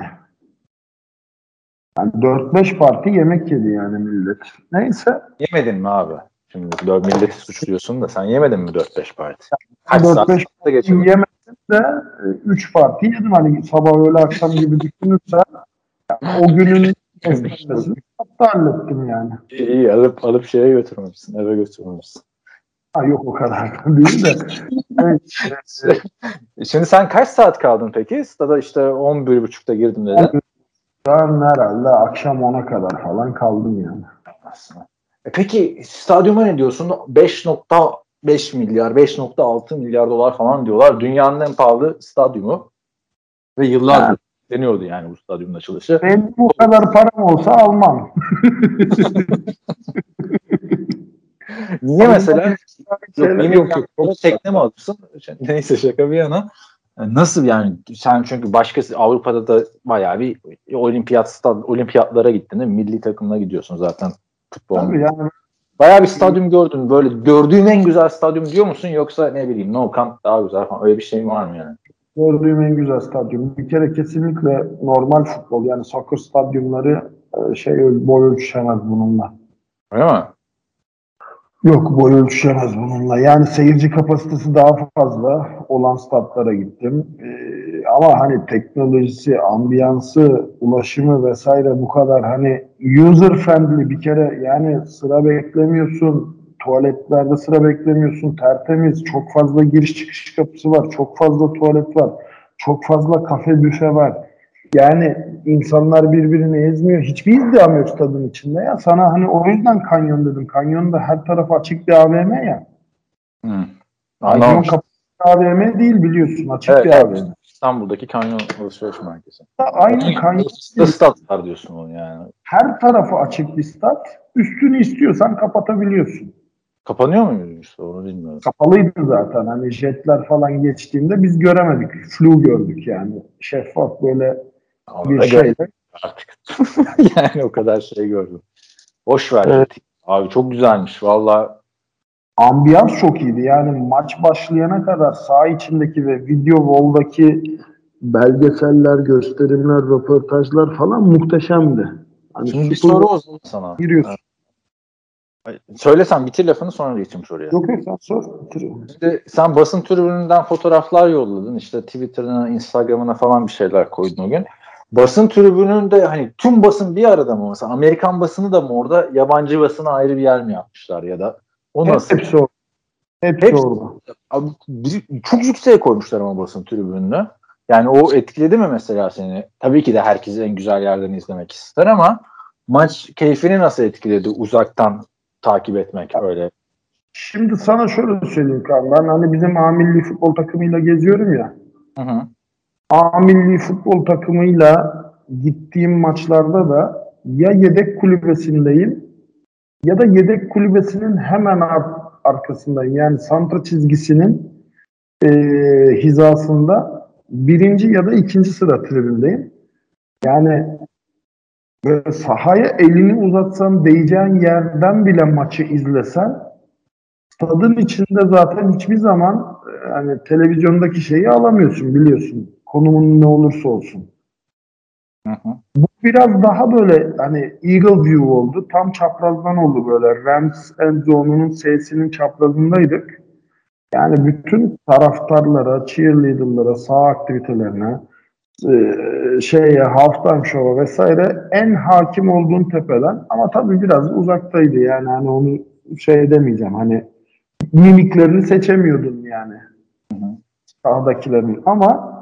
Yani 4-5 parti yemek yedi yani millet. Neyse. Yemedin mi abi? Şimdi milleti suçluyorsun da sen yemedin mi 4-5 parti? Kaç saat 4-5 da geçirdin? yemedim de 3 parti yedim. Hani sabah öğle akşam gibi düşünürsen o günün beslenmesini hatta hallettim yani. İyi alıp şeye götürmemişsin, eve götürmemişsin. Ha, yok o kadar değil de. Evet, Şimdi sen kaç saat kaldın peki? Stada işte 11.30'da girdim dedin. ben herhalde akşam 10'a kadar falan kaldım yani. Aslında. Peki stadyuma ne diyorsun? 5.5 milyar, 5.6 milyar dolar falan diyorlar. Dünyanın en pahalı stadyumu. Ve yıllardır deniyordu yani bu stadyumun açılışı. Benim bu kadar param olsa almam. Niye mesela? Yok. Tekne mi Yok. alırsın? Neyse şaka bir yana. Nasıl yani? Sen çünkü başkası Avrupa'da da bayağı bir olimpiyatlara gittin değil mi? Milli takımına gidiyorsun zaten futbol. Tabii yani. Bayağı bir stadyum gördün. Böyle gördüğün en güzel stadyum diyor musun? Yoksa ne bileyim Nou Camp daha güzel falan. Öyle bir şey var mı yani? Gördüğüm en güzel stadyum. Bir kere kesinlikle normal futbol yani soccer stadyumları boy ölçüşemez bununla. Öyle mi? Yok boy ölçüşemez bununla. Yani seyirci kapasitesi daha fazla olan statlara gittim. Ama hani teknolojisi, ambiyansı, ulaşımı vesaire bu kadar hani user friendly bir kere yani sıra beklemiyorsun. Tuvaletlerde sıra beklemiyorsun. Tertemiz. Çok fazla giriş çıkış kapısı var. Çok fazla tuvalet var. Çok fazla kafe büfe var. Yani insanlar birbirini ezmiyor. Hiçbir izdiham yok stadın içinde ya. Sana hani o yüzden kanyon dedim. Kanyonda her tarafı açık bir AVM ya. Kanyon kapalı AVM değil biliyorsun. Açık bir AVM. İstanbul'daki kanyon alışveriş merkezi. Aynı kanyon. Stat var diyorsun onu yani. Her tarafı açık bir stat. Üstünü istiyorsan kapatabiliyorsun. Kapanıyor muymuş işte onu bilmiyorum. Kapalıydı zaten. Hani jetler falan geçtiğinde biz göremedik. Flu gördük yani. Şeffaf böyle bir şeyle. Artık. Yani o kadar şey gördüm. Boş ver. Evet. Abi çok güzelmiş. Valla Ambiyans çok iyiydi. Yani maç başlayana kadar saha içindeki ve video wall'daki belgeseller, gösterimler, röportajlar falan muhteşemdi. Hani şimdi bir soru o zaman sana. giriyorsun. Söylesen bitir lafını sonra geçeyim soruya. Yok sen sor. Bitiriyorum. İşte sen basın tribününden fotoğraflar yolladın. İşte Twitter'ına, Instagram'ına falan bir şeyler koydun o gün. Basın tribününde hani tüm basın bir arada mı mesela? Amerikan basını da mı orada? Yabancı basına ayrı bir yer mi yapmışlar ya da? O nasıl? Hepsi orada. Hepsi orada. Abi, çok yükseğe koymuşlar ama basın tribününü. Yani o etkiledi mi mesela seni? Tabii ki de herkes en güzel yerden izlemek ister ama maç keyfini nasıl etkiledi uzaktan takip etmek öyle? Şimdi sana şöyle söyleyeyim Kaan. Ben hani bizim A milli futbol takımıyla geziyorum ya. Hı. A milli futbol takımıyla gittiğim maçlarda da ya yedek kulübesindeyim ya da yedek kulübesinin hemen arkasındayım. Yani santra çizgisinin hizasında birinci ya da ikinci sıra tribündeyim. Yani böyle sahaya elini uzatsan değeceğin yerden bile maçı izlesen stadın içinde zaten hiçbir zaman hani televizyondaki şeyi alamıyorsun biliyorsun. Konumun ne olursa olsun. Hı. Bu biraz daha böyle hani Eagle View oldu. Tam çaprazdan oldu böyle. Rams End Zone'unun S'sinin çaprazındaydık. Yani bütün taraftarlara, cheerleader'lara, saha aktivitelerine, halftime show'a vesaire en hakim olduğun tepeden ama tabii biraz uzaktaydı yani hani onu demeyeceğim hani mimiklerini seçemiyordun yani sahadakilerin ama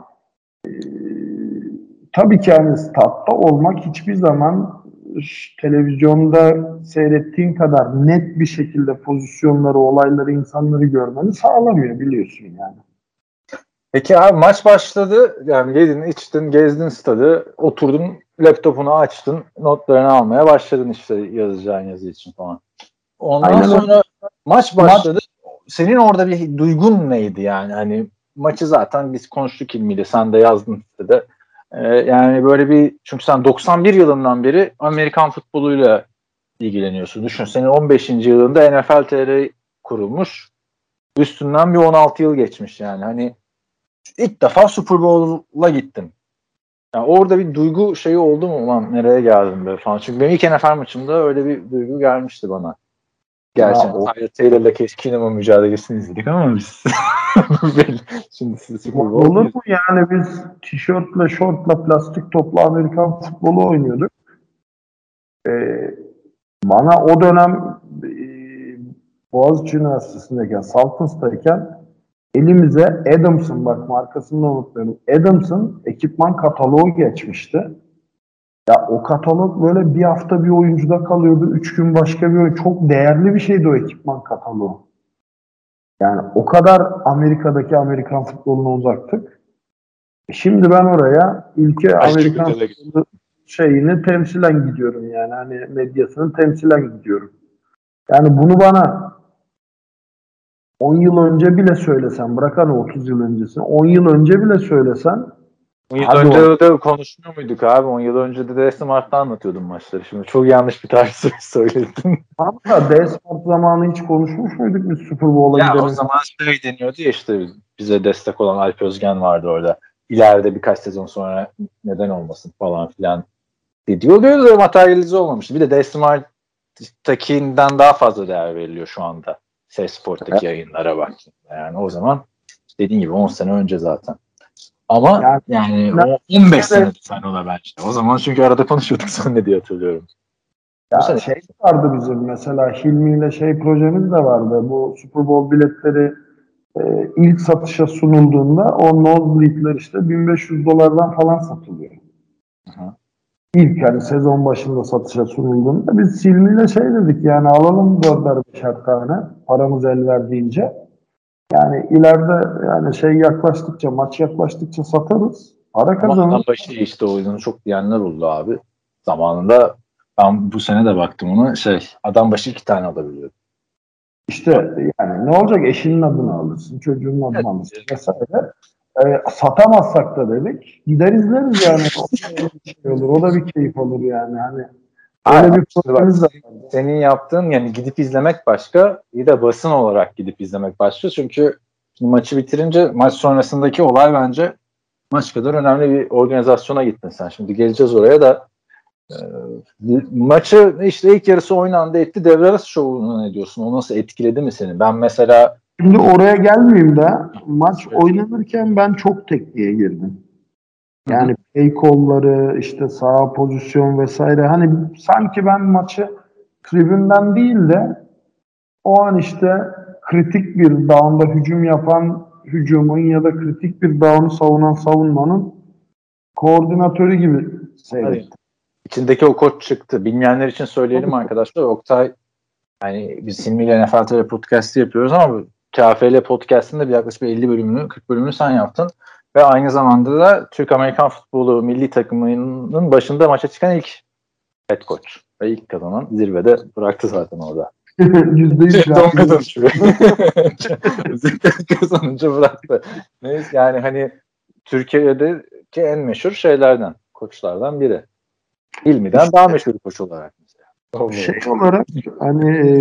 tabii ki hani statta olmak hiçbir zaman televizyonda seyrettiğin kadar net bir şekilde pozisyonları, olayları, insanları görmeni sağlamıyor biliyorsun yani. Peki abi maç başladı. Yani yedin, içtin, gezdin stadı, oturdun, laptopunu açtın, notlarını almaya başladın işte yazacağın yazı için falan. Ondan sonra maç başladı. Senin orada bir duygun neydi yani? Hani maçı zaten biz konuştuk ilmiyle. Sen de yazdın sitede. Yani böyle bir çünkü sen 91 yılından beri Amerikan futboluyla ilgileniyorsun. Düşün senin 15. yılında NFL TR kurulmuş. Üstünden bir 16 yıl geçmiş yani. Hani ilk defa Super Bowl'a gittim. Yani orada bir duygu şeyi oldu mu? Ulan nereye geldim be falan. Çünkü benim ilk NFL maçımda öyle bir duygu gelmişti bana. Gerçi Tyler Taylor'la Case Keenum'un mücadelesini izledik ama biz şimdi Super Bowl olur mu yani, biz tişörtle, şortla, plastik topla Amerikan futbolu oynuyorduk. Bana o dönem Boğaziçi Üniversitesi'ndeyken, Saltins'tayken elimize Adams'ın, bak markasını unutmuyorum, Adams'ın ekipman kataloğu geçmişti. Ya o katalog böyle bir hafta bir oyuncuda kalıyordu. 3 gün başka bir oyuncu. Çok değerli bir şeydi o ekipman kataloğu. Yani o kadar Amerika'daki Amerikan futboluna uzaktık. Şimdi ben oraya ülke Amerikan futbolu şeyini temsilen gidiyorum yani. Hani medyasını temsilen gidiyorum. Yani bunu bana 10 yıl önce bile söylesen, bırak hani 30 yıl öncesini, 10 yıl önce bile söylesen 10 yıl önce de konuşmuyor muyduk abi? 10 yıl önce de D-Smart'ta anlatıyordum maçları. Şimdi çok yanlış bir tarih söyledim. Hatta D-Smart zamanı hiç konuşmuş muyduk biz Super Bowl'a gidelim? O zaman şey deniyordu ya, işte bize destek olan Alp Özgen vardı orada. İleride birkaç sezon sonra neden olmasın falan filan diyordu da materyalize olmamıştı. Bir de D-Smart'takinden daha fazla değer veriliyor şu anda. Ses Sport'taki yayınlara bak. Yani o zaman dediğin gibi 10 sene önce zaten. Ama yani 15 senedir sen ona bence. O zaman çünkü arada konuşuyorduk sen diye hatırlıyorum. Ya şey vardı bizim mesela Hilmi ile şey projemiz de vardı. Bu Super Bowl biletleri ilk satışa sunulduğunda o nosebleed'ler işte $1,500 falan satılıyor. Hı. İlk yani sezon başında satışa sunulduğunda biz Hilmi ile şey dedik yani alalım 4'er 5'er tane paramız el verdiğince. Yani ileride yani şey yaklaştıkça, maç yaklaştıkça satarız. Para kazanırız. Ama adam başı işte o yüzden çok diyenler oldu abi. Zamanında ben bu sene de baktım ona adam başı 2 tane alabiliyordu. İşte yani ne olacak, eşinin adını alırsın, çocuğun adını alırsın vesaire. Satamazsak da dedik gider izleriz yani. O da bir şey olur, o da bir keyif olur yani. Hani öyle bir problemimiz de var. Senin yaptığın yani gidip izlemek başka, bir de basın olarak gidip izlemek başka. Çünkü maçı bitirince maç sonrasındaki olay bence maç kadar önemli bir organizasyona gittin sen. Şimdi geleceğiz oraya da maçı işte ilk yarısı oynandı etti. Devre arası şovunu ne diyorsun? O nasıl etkiledi mi seni? Ben mesela şimdi oraya gelmeyeyim de maç oynanırken ben çok tekniğe girdim. Yani play call'ları, işte sağ pozisyon vesaire. Hani sanki ben maçı tribünden değil de o an işte kritik bir down'da hücum yapan hücumun ya da kritik bir down'u savunan savunmanın koordinatörü gibi seyrettim. İçindeki o koç çıktı. Bilmeyenler için söyleyelim arkadaşlar. Oktay, yani biz Hilmi ile NFL TV podcast'ı yapıyoruz ama KFL podcast'ın da yaklaşık 50 bölümünü, 40 bölümünü sen yaptın. Ve aynı zamanda da Türk-Amerikan futbolu milli takımının başında maça çıkan ilk head coach. Ve ilk kazanan zirvede bıraktı zaten orada. %100 kazanınca bıraktı. Neyse yani hani Türkiye'deki en meşhur şeylerden, koçlardan biri. Hilmi'den daha meşhur koç olarak mesela. Şey olarak hani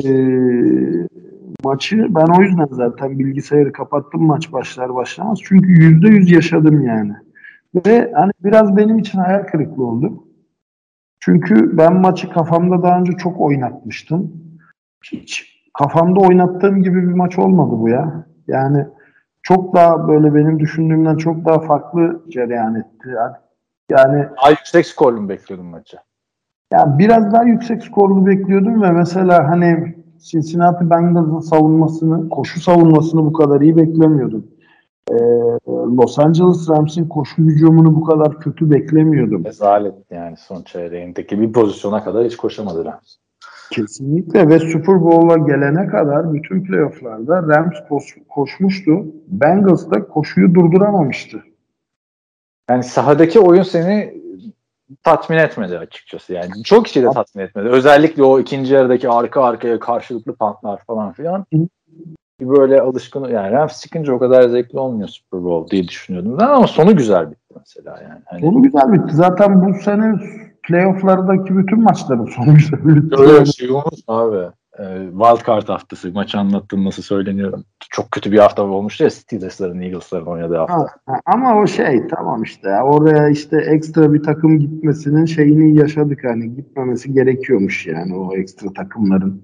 maçı ben o yüzden zaten bilgisayarı kapattım maç başlar başlamaz. Çünkü %100 yaşadım yani. Ve hani biraz benim için hayal kırıklığı oldu. Çünkü ben maçı kafamda daha önce çok oynatmıştım. Hiç kafamda oynattığım gibi bir maç olmadı bu ya. Yani çok daha böyle benim düşündüğümden çok daha farklı cereyan etti. Yani daha yüksek skorlu mu bekliyordun maçı? Ya biraz daha yüksek skorlu bekliyordum ve mesela hani Cincinnati Bengals'ın savunmasını, koşu savunmasını bu kadar iyi beklemiyordum. Los Angeles Rams'in koşu hücumunu bu kadar kötü beklemiyordum. Rezalet yani son çeyreğindeki bir pozisyona kadar hiç koşamadı Rams. Kesinlikle ve Super Bowl'a gelene kadar bütün playoff'larda Rams koşmuştu. Bengals da koşuyu durduramamıştı. Yani sahadaki oyun seni tatmin etmedi açıkçası yani. Çok kişi de tatmin etmedi. Özellikle o ikinci yarıdaki arka arkaya karşılıklı pantlar falan filan. Böyle alışkın yani Rams çıkınca o kadar zevkli olmuyor Super Bowl diye düşünüyordum ben ama sonu güzel bitti mesela yani. Hani... Sonu güzel bitti. Zaten bu sene playoff'lardaki bütün maçların sonu güzel bitti. Öyle bir şey olmuş abi. Wildcard haftası. Maçı anlattım nasıl söyleniyorum. Çok kötü bir hafta olmuştu ya Steelers'ların, Eagles'ların oynadığı hafta. Ama o tamam işte. Oraya işte ekstra bir takım gitmesinin şeyini yaşadık. Hani gitmemesi gerekiyormuş yani o ekstra takımların.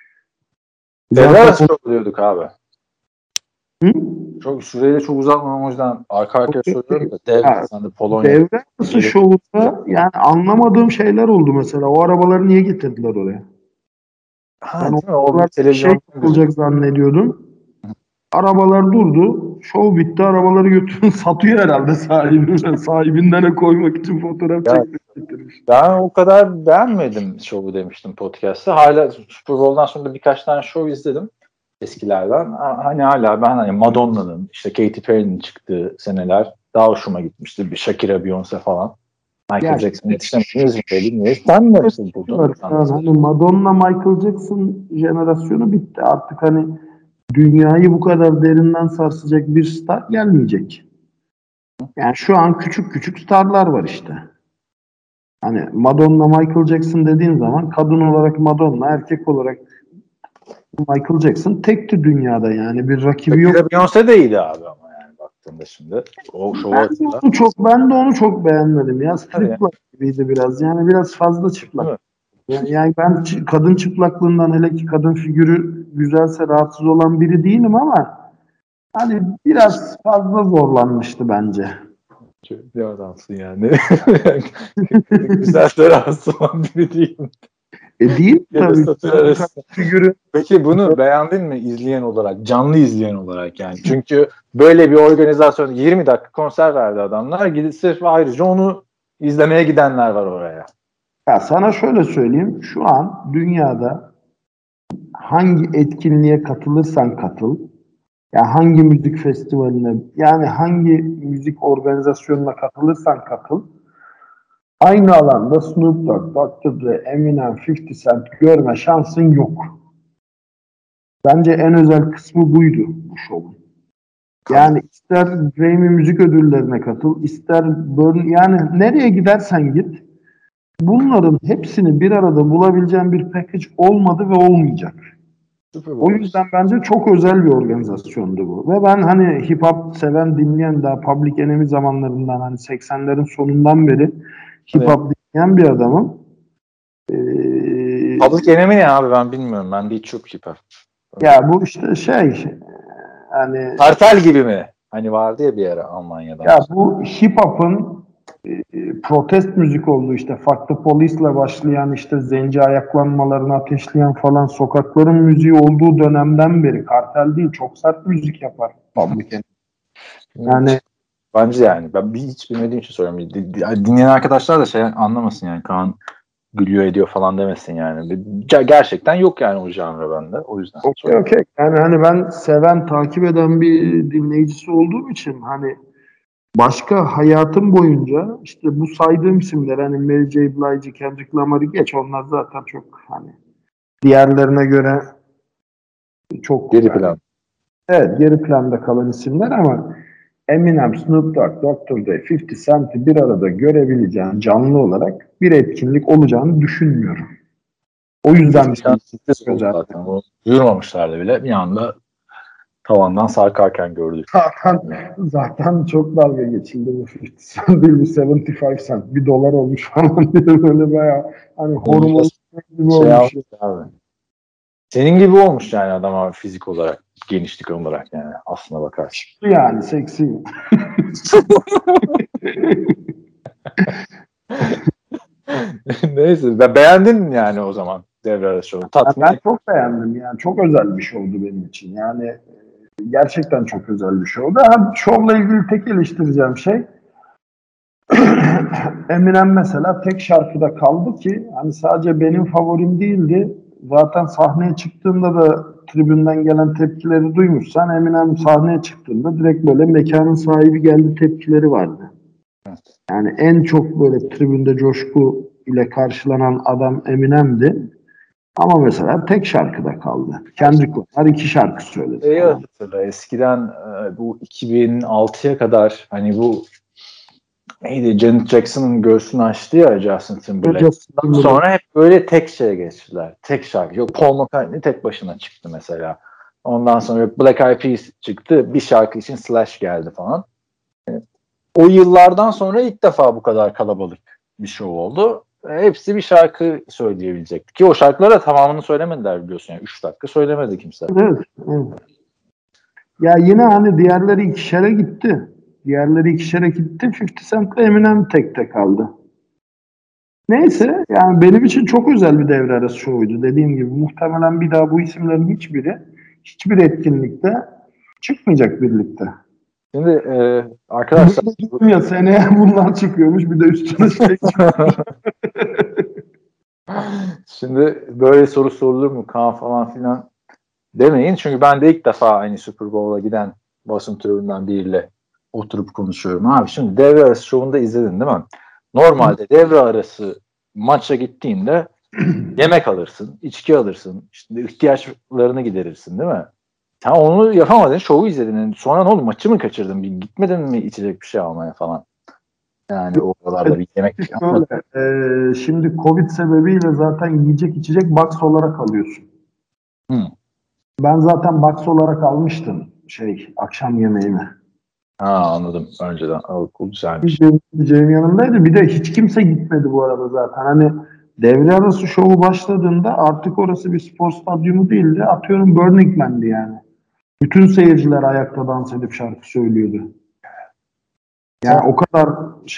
Devre çok oluyorduk abi. Hı? Çok süreyle çok uzatmam o yüzden arka arkaya söylüyorum da sen de Polonya. Devre arası şovunda yani anlamadığım şeyler oldu mesela. O arabaları niye getirdiler oraya? Ben o televizyon olacak zannediyordum. Arabalar durdu. Şov bitti. Arabaları götürün satıyor herhalde sahibinden koymak için fotoğraf çektirmiş. Ben o kadar beğenmedim şovu demiştim podcast'ta. Hala Super Bowl'dan sonra birkaç tane şov izledim eskilerden. Hani hala ben hani Madonna'nın işte Katy Perry'nin çıktığı seneler daha hoşuma gitmişti. Bir Shakira, Beyoncé falan. Michael Jackson yetişemediğiniz bilmiyoruz. Sen nasıl buldun? Hani Madonna, Michael Jackson jenerasyonu bitti. Artık hani dünyayı bu kadar derinden sarsacak bir star gelmeyecek. Yani şu an küçük küçük starlar var işte. Hani Madonna, Michael Jackson dediğin zaman kadın olarak Madonna, erkek olarak Michael Jackson tekti dünyada yani bir rakibi yok. Beyoncé de iyiydi abi ama yani baktığında şimdi. O ben de onu çok beğenmedim ya. Stripler gibiydi biraz. Yani biraz fazla çıplak. Yani ben kadın çıplaklığından hele ki kadın figürü güzelse rahatsız olan biri değilim ama hani biraz fazla zorlanmıştı bence. Ne adamsın yani. Güzelse rahatsız olan biri değilim. Değil tabii. Figürü. Peki bunu beğendin mi izleyen olarak, canlı izleyen olarak yani? Çünkü böyle bir organizasyon 20 dakika konser verdi adamlar. Gidip sırf ayrıca onu izlemeye gidenler var oraya. Ya sana şöyle söyleyeyim. Şu an dünyada hangi etkinliğe katılırsan katıl, ya hangi müzik festivaline, yani hangi müzik organizasyonuna katılırsan katıl, aynı alanda Snoop Dogg, Dr. Dre, Eminem, 50 Cent görme şansın yok. Bence en özel kısmı buydu bu şovun. Yani ister Grammy müzik ödüllerine katıl, ister yani nereye gidersen git, bunların hepsini bir arada bulabileceğin bir package olmadı ve olmayacak. O yüzden bence çok özel bir organizasyondu bu. Ve ben hani hip hop seven, dinleyen, daha Public Enemy zamanlarından hani 80'lerin sonundan beri hip hop dinleyen bir adamım. Public Enemy ne abi ben bilmiyorum. Ben de hiç çok hip hop. Ya bu işte hani Kartel gibi mi? Hani vardı ya bir ara Almanya'da. Ya bu hip hop'un protest müzik olduğu işte Fuck the Police'le başlayan işte zenci ayaklanmalarını ateşleyen falan sokakların müziği olduğu dönemden beri Kartel değil çok sert müzik yapar Public Enemy. Yani bence yani ben hiç bilmediğim için soruyorum. Dinleyen arkadaşlar da anlamasın yani Kaan gülüyor ediyor falan demesin yani. Gerçekten yok yani o janra bende. O yüzden. Okey. Yani hani ben seven, takip eden bir dinleyicisi olduğum için hani başka hayatım boyunca işte bu saydığım isimler hani Mary J. Blige, Kendrick Lamar'ı geç onlar zaten çok hani diğerlerine göre çok geri plan. Evet, geri planda kalan isimler ama Eminem, Snoop Dogg, Dr. Dre, 50 Cent'i bir arada görebileceğin canlı olarak bir etkinlik olacağını düşünmüyorum. O yüzden zaten duyurmamışlardı bile bir anda tavandan sarkarken gördük. Zaten çok dalga geçildi bu 50 Cent değil bu 75 Cent. $1 olmuş falan diye böyle bayağı hani hormon gibi olmuş. Abi. Senin gibi olmuş yani adam abi fizik olarak, genişlik olarak yani aslına bakarsın. Yani seksi. Neyse beğendin yani o zaman devre arası şovu. Ben çok beğendim yani çok özel bir şovdu benim için yani gerçekten çok özel bir şovdu. Şovla ilgili tek eleştireceğim şey Eminem mesela tek şarkıda kaldı ki hani sadece benim favorim değildi. Zaten sahneye çıktığında da tribünden gelen tepkileri duymuşsan Eminem sahneye çıktığında direkt böyle mekanın sahibi geldi tepkileri vardı. Yani en çok böyle tribünde coşku ile karşılanan adam Eminem'di. Ama mesela tek şarkıda kaldı. Kendrick Lamar 2 şarkı söyledi. Evet, eskiden bu 2006'ya kadar hani bu neydi? Janet Jackson'ın göğsünü açtı ya Justin Timberlake. Justin Sonra hep böyle tek şeye geçtiler. Tek şarkı. Yok, Paul McCartney tek başına çıktı mesela. Ondan sonra Black Eyed Peas çıktı. Bir şarkı için Slash geldi falan. O yıllardan sonra ilk defa bu kadar kalabalık bir şov oldu. Hepsi bir şarkı söyleyebilecekti. Ki o şarkılara tamamını söylemediler biliyorsun. Yani 3 dakika söylemedi kimse. Evet, evet. Ya yine hani diğerleri ikişere gitti. 50 Cent'le Eminem tekte kaldı. Neyse yani benim için çok özel bir devre arası şovuydu. Dediğim gibi muhtemelen bir daha bu isimlerin hiçbir etkinlikte çıkmayacak birlikte. Şimdi arkadaşlar Ya seneye bunlar çıkıyormuş bir de üstüne şey çıkıyor. Şimdi böyle soru sorulur mu Kaan falan filan demeyin. Çünkü ben de ilk defa aynı Super Bowl'a giden basın tribünden biriyle oturup konuşuyorum. Abi şimdi devre arası şovunda izledin değil mi? Normalde devre arası maça gittiğinde yemek alırsın, içki alırsın, işte ihtiyaçlarını giderirsin değil mi? Sen onu yapamadın, şovu izledin. Yani sonra ne oldu? Maçı mı kaçırdın? Gitmedin mi içecek bir şey almaya falan? Yani o oralarda bir yemek yapmadın. Şimdi Covid sebebiyle zaten yiyecek içecek box olarak alıyorsun. Ben zaten box olarak almıştım akşam yemeğimi. Anladım. Önceden. Güzelmiş. Cem yanımdaydı. Bir de hiç kimse gitmedi bu arada zaten. Hani devre arası şovu başladığında artık orası bir spor stadyumu değildi. Atıyorum Burning Man'di yani. Bütün seyirciler ayakta dans edip şarkı söylüyordu. Yani o kadar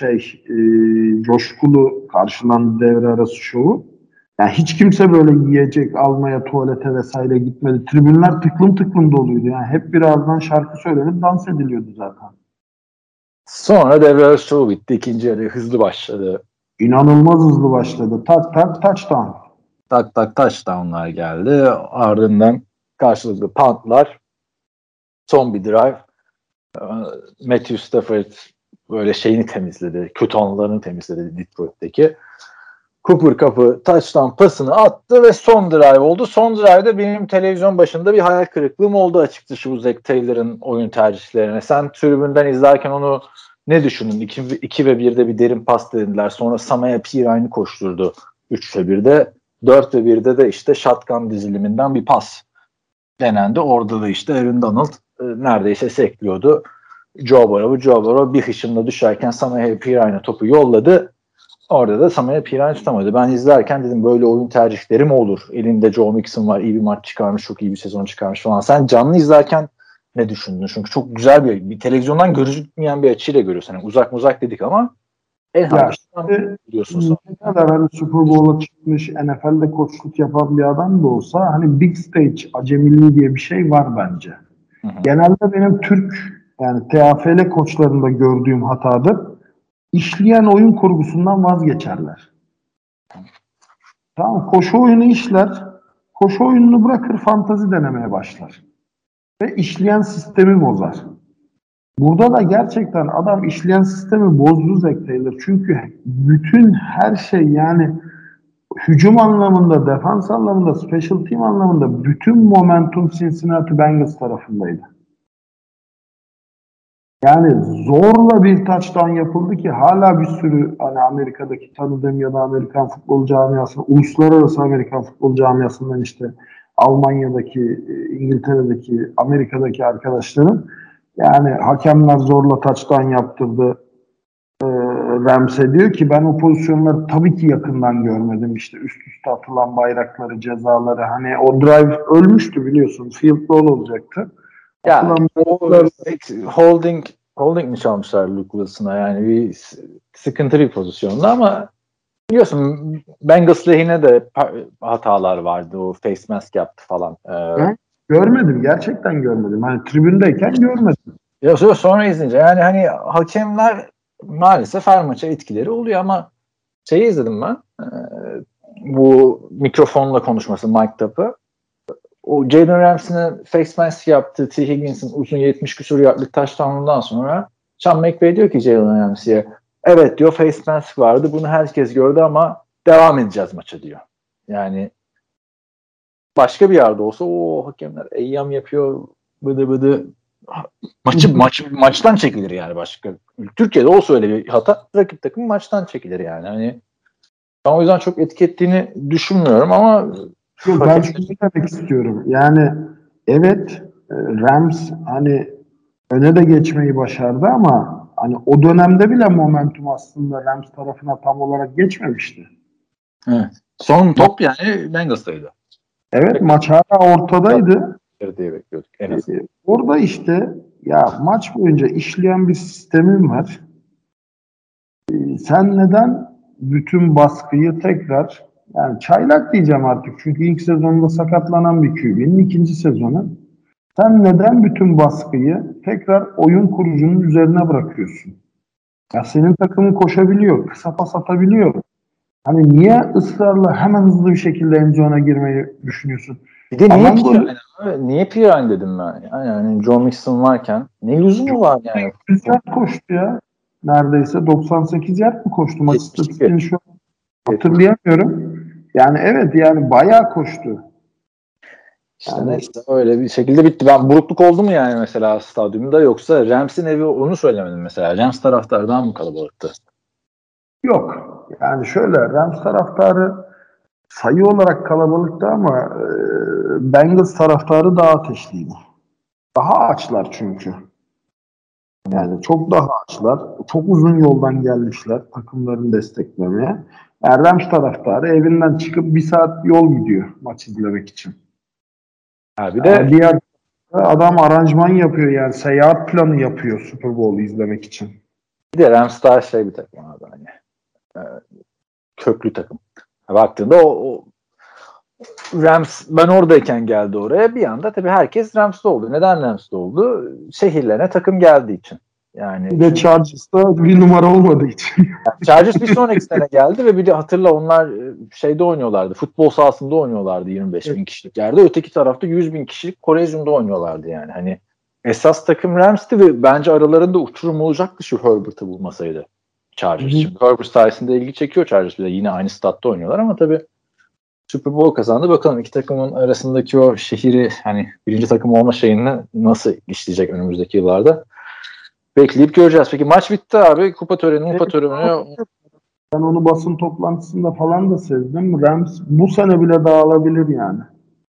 coşkulu karşılandı devre arası şovu. Yani hiç kimse böyle yiyecek almaya, tuvalete vesaire gitmedi. Tribünler tıklım tıklım doluydu. Yani hep bir ağızdan şarkı söylenip dans ediliyordu zaten. Sonra devre arası şovu bitti. İkinci yarı hızlı başladı. İnanılmaz hızlı başladı. Tak tak touchdown. Tak tak touchdownlar geldi. Ardından karşılıklı puntlar. Son bir drive. Matthew Stafford böyle şeyini temizledi. Kötü anılarını temizledi Detroit'teki. Cooper Cup'ı touchdown pasını attı ve son drive oldu. Son drive'da benim televizyon başında bir hayal kırıklığım oldu açıkçası bu Zach Taylor'ın oyun tercihlerine. Sen tribünden izlerken onu ne düşündün? 2 ve 1'de bir derin pas dediler. Sonra Samaya Pirayn'ı koşturdu 3 ve 1'de. 4 ve 1'de de işte shotgun diziliminden bir pas denendi. Orada da işte Aaron Donald neredeyse sekliyordu. Joe Burrow bir hışımla düşerken Samaya Pirayn'a topu yolladı. Orada da Samaya Piran tutamadı. Ben izlerken dedim böyle oyun tercihleri mi olur? Elinde Joe Mixon var. İyi bir maç çıkarmış. Çok iyi bir sezon çıkarmış falan. Sen canlı izlerken ne düşündün? Çünkü çok güzel bir televizyondan gözükmeyen bir açıyla görüyorsun. Yani uzak dedik ama en hafiften biliyorsun sen. Ne kadar hani Super Bowl'a çıkmış NFL'de koçluk yapan bir adam da olsa hani big stage acemiliği diye bir şey var bence. Hı-hı. Genelde benim Türk yani TFL koçlarında gördüğüm hatadır. İşleyen oyun kurgusundan vazgeçerler. Tamam, koşu oyunu işler. Koşu oyununu bırakır, fantazi denemeye başlar. Ve işleyen sistemi bozar. Burada da gerçekten adam işleyen sistemi bozdu Zach Taylor. Çünkü bütün her şey yani hücum anlamında, defans anlamında, special team anlamında bütün momentum Cincinnati Bengals tarafındaydı. Yani zorla bir touchdown yapıldı ki hala bir sürü hani Amerika'daki tanıdığım ya da Amerikan futbol camiasının, uluslararası Amerikan futbol camiasından işte Almanya'daki, İngiltere'deki, Amerika'daki arkadaşlarım yani hakemler zorla touchdown yaptırdı Rams'e diyor ki ben o pozisyonları tabii ki yakından görmedim. İşte üst üste atılan bayrakları, cezaları hani o drive ölmüştü biliyorsun. Field goal olacaktı. Ya holding mi çalmışlar Luke Wilson'a yani bir sıkıntılı bir pozisyonda ama biliyorsun Bengals lehine de hatalar vardı. O face mask yaptı falan. Ben görmedim. Gerçekten görmedim. Hani tribündeyken görmedim. Ya sonra izleyince yani hani hakemler maalesef her maça etkileri oluyor ama izledim ben. Bu mikrofonla konuşması Mike Tapp'ı. O Jalen Ramsey'nin face mask yaptığı T. Higgins'in uzun 70 küsur yardlık touchdown'undan sonra Sean McVay diyor ki Jalen Ramsey'e evet diyor face mask vardı bunu herkes gördü ama devam edeceğiz maça diyor. Yani başka bir yerde olsa o hakemler eyyam yapıyor bıdı maçtan çekilir yani başka. Türkiye'de olsa öyle bir hata rakip takım maçtan çekilir yani. Hani ben o yüzden çok etki ettiğini düşünmüyorum ama ben şunu demek istiyorum. Yani evet Rams hani öne de geçmeyi başardı ama hani o dönemde bile momentum aslında Rams tarafına tam olarak geçmemişti. evet. Son top yani Bengals'taydı. Evet, maç hala ortadaydı. Diye bekliyorduk en az. Orada işte ya maç boyunca işleyen bir sistemin var. Sen neden bütün baskıyı tekrar yani çaylak diyeceğim artık çünkü ilk sezonunda sakatlanan bir QB'nin ikinci sezonu. Sen neden bütün baskıyı tekrar oyun kurucunun üzerine bırakıyorsun? Ya senin takımın koşabiliyor, kısa pas atabiliyor. Hani niye ısrarla hemen hızlı bir şekilde endzona girmeyi düşünüyorsun? Bir de niye Pirine dedim ben? Yani Joe Mixon varken ne lüzumu var yani? 100 yard koştu ya. Neredeyse 98 yard mı koştu? Maç istatistiğini şu an hatırlayamıyorum. Yani evet yani bayağı koştu. İşte yani, neyse öyle bir şekilde bitti. Ben burukluk oldu mu yani mesela stadyumda yoksa Rams'in evi onu söylemedim mesela. Rams taraftarı daha mı kalabalıktı? Yok. Yani şöyle Rams taraftarı sayı olarak kalabalıktı ama Bengals taraftarı daha ateşliydi. Daha açlar çünkü. Yani çok daha açlar. Çok uzun yoldan gelmişler takımlarını desteklemeye. Yani Rams taraftarı evinden çıkıp bir saat yol gidiyor maç izlemek için. Ha, bir de diğer adam aranjman yapıyor yani seyahat planı yapıyor Super Bowl'u izlemek için. Bir de Rams daha bir takım abi hani. Köklü takım. Baktığında o Rams ben oradayken geldi oraya bir anda tabii herkes Rams'ta oldu. Neden Rams'ta oldu? Şehirlerine takım geldiği için. Yani bir de Chargers'ta bir numara olmadığı için. Chargers bir sonraki sene geldi ve bir de hatırla onlar şeyde oynuyorlardı. Futbol sahasında oynuyorlardı 25 bin kişilik yerde. Öteki tarafta 100 bin kişilik Korezyum'da oynuyorlardı yani. Hani esas takım Rams'ti ve bence aralarında uçurum olacaktı şu Herbert'ı bulmasaydı Chargers. Şimdi Herbert sayesinde ilgi çekiyor Chargers. Bir de yine aynı statta oynuyorlar ama tabii Super Bowl kazandı. Bakalım iki takımın arasındaki o şehri hani birinci takım olma şeyini nasıl işleyecek önümüzdeki yıllarda. Bekleyip göreceğiz. Peki maç bitti abi. Kupa töreni. Ben onu basın toplantısında falan da sezdim. Rams bu sene bile dağılabilir yani.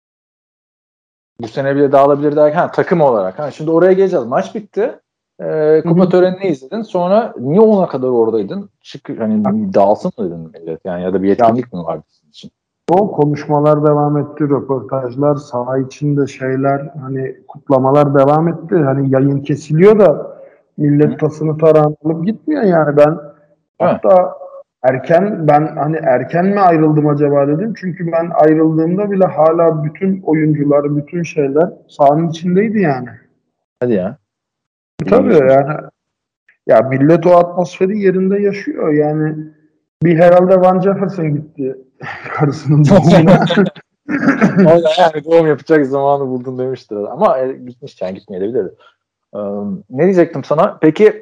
Bu sene bile dağılabilir derken takım olarak. Şimdi oraya geleceğiz. Maç bitti. Kupa törenini izledin. Sonra niye ona kadar oradaydın? Hani dağılsın mı dedin millet? Yani ya da bir yetkinlik mi vardı sizin için? O konuşmalar devam etti, röportajlar, saha içinde şeyler, hani kutlamalar devam etti. Hani yayın kesiliyor da millet tasını tarağını alıp gitmiyor yani ben hatta erken mi ayrıldım acaba dedim. Çünkü ben ayrıldığımda bile hala bütün oyuncular, bütün şeyler sahanın içindeydi yani. Hadi ya. Tabii yani ya millet o atmosferi yerinde yaşıyor yani. Bir herhalde Van Jefferson gitti karısının doğumuna. Yani doğum yapacak zamanı buldun demiştir. Ama gitmiş yani gitmeyebilirdi. Ne diyecektim sana? Peki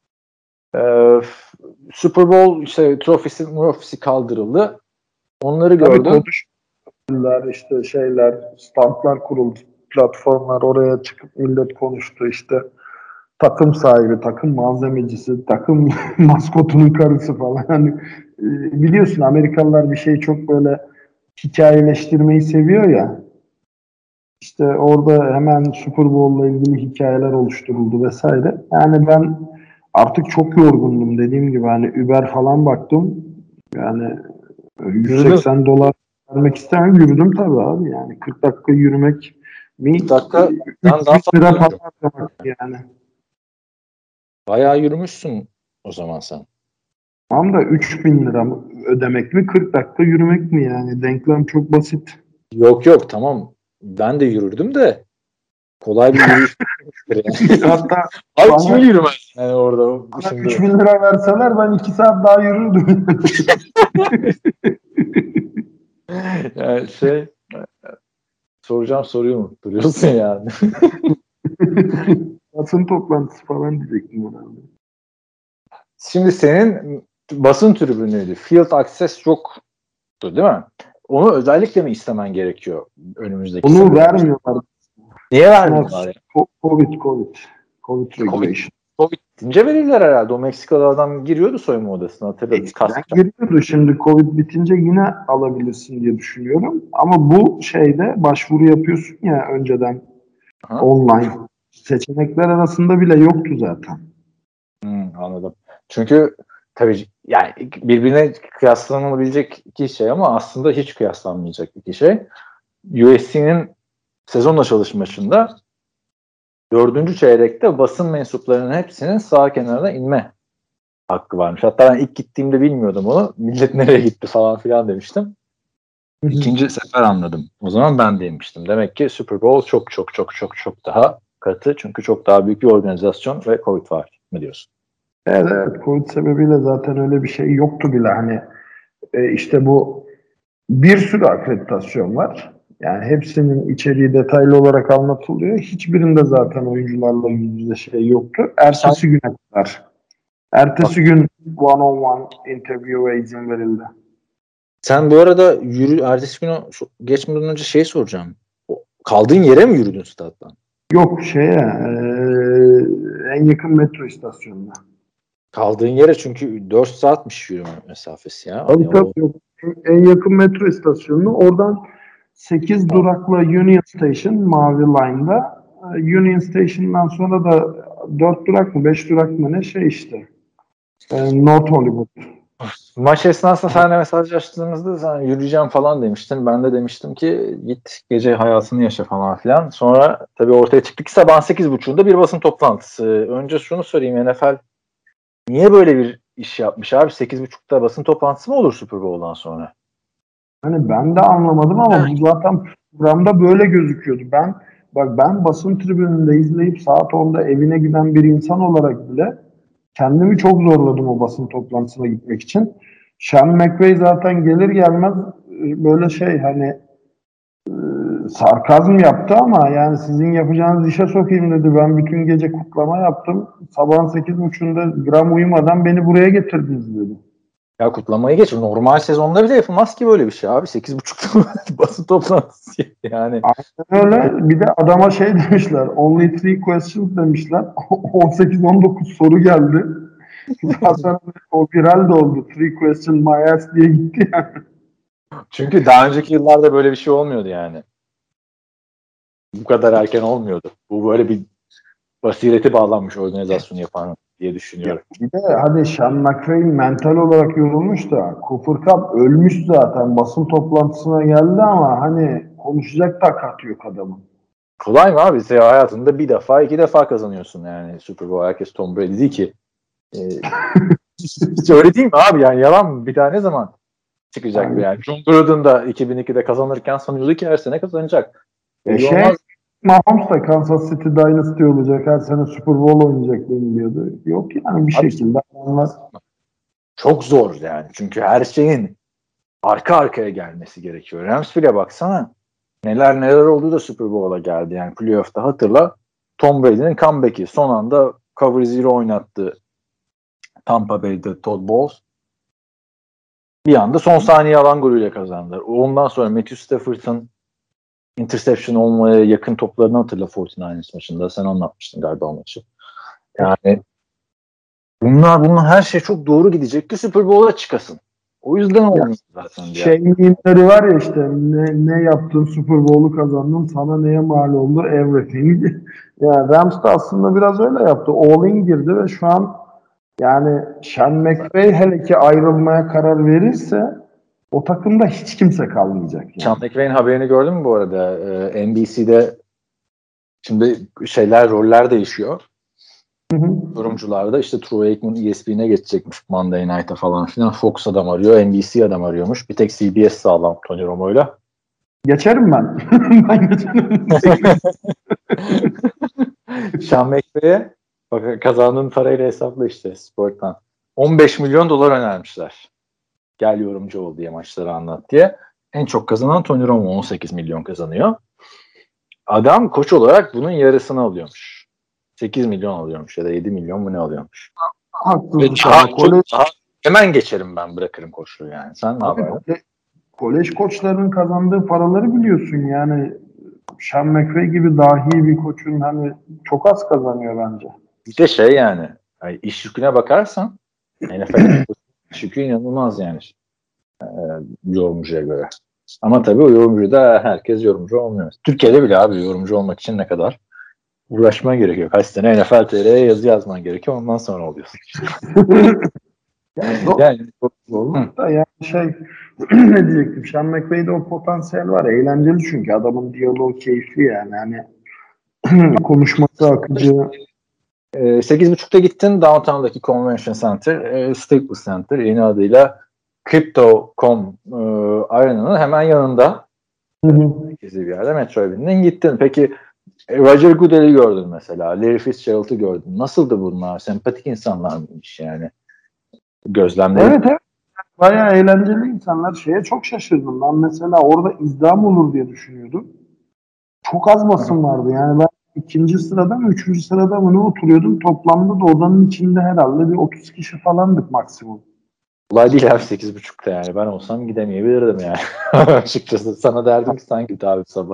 Super Bowl trofisi kaldırıldı. Onları gördüm. İşte standlar kuruldu, platformlar oraya çıkıp millet konuştu işte takım sahibi, takım malzemecisi, takım maskotunun karısı falan. Hani biliyorsun Amerikalılar bir şeyi çok böyle hikayeleştirmeyi seviyor ya. İşte orada hemen Super Bowl'la ilgili hikayeler oluşturuldu vesaire. Yani ben artık çok yorgundum dediğim gibi hani Uber falan baktım. Yani $180 vermek istemem. Yürüdüm tabii abi yani 40 dakika yürümek 40 dakika 3 lira para harcamak yani. Bayağı yürümüşsün o zaman sen. Tamam da 3.000 lira mı ödemek mi 40 dakika yürümek mi yani denklem çok basit. Yok tamam ben de yürürdüm de kolay bir yürüyüş. Hatta abi kim yürümez yani orada. Şimdi 3.000 lira verseler ben 2 saat daha yürürdüm. Yani soracağım soruyu unutturuyorsun yani. Basın toplantısı falan diyecektim herhalde. Şimdi senin basın tribünüydü. Field access yoktu değil mi? Onu özellikle mi istemen gerekiyor önümüzdeki Onu sene? vermiyorlar. Niye vermiyorlar ya? Covid regulation. Covid bitince verirler herhalde. O Meksikalı adam giriyordu soyunma odasına. Hatırladım. Giriyordu. Şimdi Covid bitince yine alabilirsin diye düşünüyorum. Ama bu şeyde başvuru yapıyorsun ya önceden online. Seçenekler arasında bile yoktu zaten. Anladım. Çünkü tabii yani birbirine kıyaslanabilecek iki şey ama aslında hiç kıyaslanmayacak iki şey. USC'nin sezon açılış maçında 4. çeyrekte basın mensuplarının hepsinin sağ kenarına inme hakkı varmış. Hatta ben ilk gittiğimde bilmiyordum onu. Millet nereye gitti falan filan demiştim. İkinci sefer anladım. O zaman ben demiştim. Demek ki Super Bowl çok daha katı. Çünkü çok daha büyük bir organizasyon ve Covid var mı diyorsun? Evet, Covid sebebiyle zaten öyle bir şey yoktu bile. Hani işte bu bir sürü akreditasyon var. Yani hepsinin içeriği detaylı olarak anlatılıyor. Hiçbirinde zaten oyuncularla yüz yüze şey yoktu. Ertesi güne kadar. Ertesi gün one-on-one interview'e izin verildi. Sen bu arada ertesi gün geçmeden önce şey soracağım. Kaldığın yere mi yürüdün stat'tan? Yok en yakın metro istasyonuna. Kaldığın yere çünkü 4 saatmiş yürüme mesafesi ya. Tabii. Yok. En yakın metro istasyonuna oradan 8 durakla Union Station mavi line'da. Union Station'dan sonra da 4 durak mı 5 durak mı ne şey işte. North Hollywood. Maç esnasında seninle mesajlaştığımızda sen yürüyeceğim falan demiştin. Ben de demiştim ki git gece hayatını yaşa falan filan. Sonra tabii ortaya çıktı ki sabah 8.30'da bir basın toplantısı. Önce şunu sorayım, NFL niye böyle bir iş yapmış abi? 8.30'da basın toplantısı mı olur Super Bowl'dan sonra? Hani ben de anlamadım ama bu zaten programda böyle gözüküyordu. Ben basın tribününde izleyip saat 10'da evine giden bir insan olarak bile kendimi çok zorladım o basın toplantısına gitmek için. Sean McVay zaten gelir gelmez böyle şey hani sarkazm yaptı ama yani sizin yapacağınız işe sokayım dedi. Ben bütün gece kutlama yaptım. Sabahın 8.30'da gram uyumadan beni buraya getirdiniz dedi. Ya kutlamayı geç. Normal sezonda bile yapılmaz ki böyle bir şey abi. 8.30'da basın toplantısı yani. Aynen öyle. Bir de adama şey demişler. Only 3 questions demişler. 18-19 soru geldi. Zaten o viral de oldu. 3 question my ass diye gitti yani. Çünkü daha önceki yıllarda böyle bir şey olmuyordu yani. Bu kadar erken olmuyordu. Bu böyle bir basireti bağlanmış organizasyonu yapan diye düşünüyorum. Bir de hadi Sean McVay mental olarak yorulmuş da Cooper Kupp ölmüş zaten. Basın toplantısına geldi ama hani konuşacak takatı yok adamın. Kolay mı abi? Sen hayatında bir defa 2 defa kazanıyorsun yani Super Bowl. Herkes Tom Brady değil ki. Hiç öyle değil mi abi? Yani yalan mı? Bir daha ne zaman çıkacak bu yani? John Gruden da 2002'de kazanırken sanıyordu ki her sene kazanacak. Mahomes da Kansas City Dynasty olacak. Her sene Super Bowl oynayacak deniliyordu. Yok yani bir şekilde onlar. Çok zor yani. Çünkü her şeyin arka arkaya gelmesi gerekiyor. Rams bile baksana neler oldu da Super Bowl'a geldi. Yani playoff'ta hatırla Tom Brady'nin comeback'i. Son anda cover zero oynattı Tampa Bay'de Todd Bowles. Bir anda son saniye alan golüyle kazandılar. Ondan sonra Matthew Stafford'ın interception olmaya yakın toplarını hatırla 49ers maçında. Sen anlatmıştın galiba o maçı. Yani bunlar her şey çok doğru gidecek ki Super Bowl'a çıkasın. O yüzden olmuyor zaten. Mimleri var ya işte ne yaptın Super Bowl'u kazandın sana neye mal oldu everything. Yani Rams da aslında biraz öyle yaptı. All-in girdi ve şu an yani Sean McVay hele ki ayrılmaya karar verirse o takımda hiç kimse kalmayacak. Yani. Sean McVay'in haberini gördün mü bu arada? NBC'de şimdi roller değişiyor. Yorumcularda işte Troy Aikman ESPN'e geçecekmiş Monday Night'a falan filan. Fox adam arıyor, NBC adam arıyormuş. Bir tek CBS sağlam Tony Romo'yla. Geçerim ben. Ben geçerim. Sean McVay'e bak kazandığın parayla hesapla işte sporttan. $15 milyon önermişler. Gel yorumcu ol diye maçları anlat diye. En çok kazanan Tony Romo 18 milyon kazanıyor. Adam koç olarak bunun yarısını alıyormuş. 8 milyon alıyormuş ya da 7 milyon mu ne alıyormuş. Hemen geçerim ben bırakırım koçluğu yani. Sen ne yapıyorsun? Kolej koçlarının kazandığı paraları biliyorsun yani Sean McVay gibi dahi bir koçun hani çok az kazanıyor bence. Bir de yani iş yüküne bakarsan NFL'in iş yükü inanılmaz yani yorumcuya göre. Ama tabii o yorumcu da herkes yorumcu olmuyor. Türkiye'de bile abi yorumcu olmak için ne kadar uğraşman gerekiyor. Kaç sene NFL TR'ye yazı yazman gerekiyor. Ondan sonra oluyorsun. Yani ne diyecektim? Sean McVay'de o potansiyel var. Eğlenceli çünkü adamın diyaloğu keyifli yani. Hani konuşması akıcı. 8.30'da gittin Downtown'daki Convention Center, Staples Center yeni adıyla Crypto.com Arena'nın hemen yanında. Merkezi bir yerde Metro'ya bindin gittin. Peki Roger Goodell'i gördün mesela. Larry Fitzgerald'ı gördün. Nasıldı bunlar? Sempatik insanlar mıymış yani? Gözlemleri. Evet. Bayağı eğlenceli insanlar. Şeye çok şaşırdım. Ben mesela orada izdiham olur diye düşünüyordum. Çok az basın vardı. Yani ben ikinci sırada mı, üçüncü sırada mı ne oturuyordum? Toplamda da odanın içinde herhalde bir 30 kişi falandık maksimum. Olay değil abi 8.30'da yani. Ben olsam gidemeyebilirdim yani. Açıkçası. Sana derdim ki sen git abi sabah.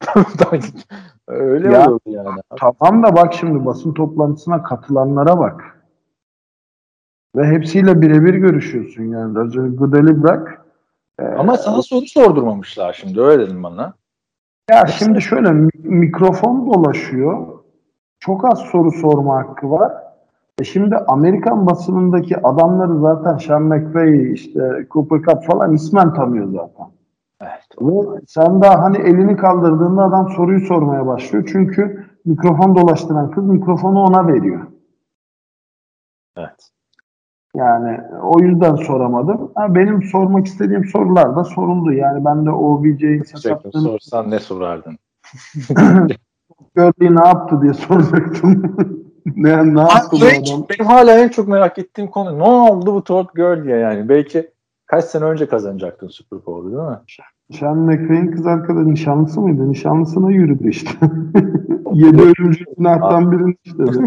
Öyle Ya, olurdu yani. Tamam da bak şimdi basın toplantısına katılanlara bak. Ve hepsiyle birebir görüşüyorsun yani. Roger Goodell'i bırak. Ama sana soru sordurmamışlar şimdi. Öyle dedim bana. Ya şimdi şöyle mikrofon dolaşıyor. Çok az soru sorma hakkı var. Şimdi Amerikan basınındaki adamları zaten Sean McVay, işte Cooper Kupp falan ismen tanıyor zaten. Evet. Ve sen daha hani elini kaldırdığında adam soruyu sormaya başlıyor. Çünkü mikrofon dolaştıran kız mikrofonu ona veriyor. Evet. Yani o yüzden soramadım. Benim sormak istediğim sorular da soruldu. Yani ben de OBJ'in sakatlığını Sorsan ne sorardın? gördüğü ne yaptı diye soracaktım. ne yaptı bu adam? Benim hala en çok merak ettiğim konu ne oldu bu Todd Gurley'e yani? Belki kaç sene önce kazanacaktın Super Bowl'u değil mi? Sean McVay'in kız arkadaşı nişanlısı mıydı? Nişanlısına yürüdü işte. 7 ölümcül günahtan birini işledi.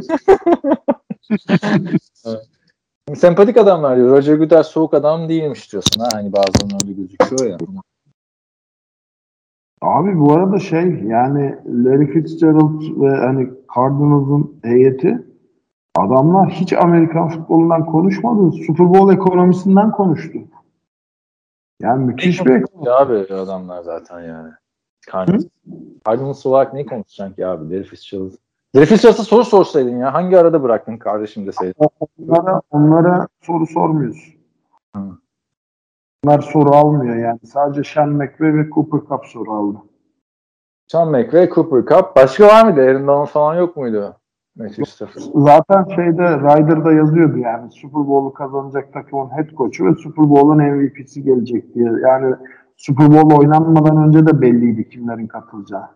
Evet. Sempatik adamlar diyor. Roger Goodell soğuk adam değilmiş diyorsun. Ha? Hani bazılarının öyle gözüküyor ya. Abi bu arada yani Larry Fitzgerald ve hani Cardinals'ın heyeti adamlar hiç Amerikan futbolundan konuşmadı. Super Bowl ekonomisinden konuştu. Yani müthiş bir ekonomi. Abi adamlar zaten yani. Cardinals olarak ne konuşacaksın ki abi? Larry Fitzgerald. Larry Fitzgerald'a soru sorsaydın ya. Hangi arada bıraktın kardeşim deseydin. Onlara soru sormuyoruz. Onlar soru almıyor yani. Sadece Sean McVay ve Cooper Kupp soru aldı. Sean McVay, Cooper Kupp. Başka var mıydı? Aaron Donald falan yok muydu? Matthew Stafford. Zaten Ryder'da yazıyordu yani Super Bowl'u kazanacak takımın head coach'u ve Super Bowl'un MVP'si gelecek diye. Yani Super Bowl oynanmadan önce de belliydi kimlerin katılacağı.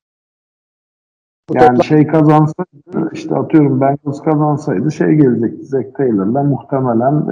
Yani kazansaydı işte atıyorum Bengals kazansaydı gelecekti. Zach Taylor'la muhtemelen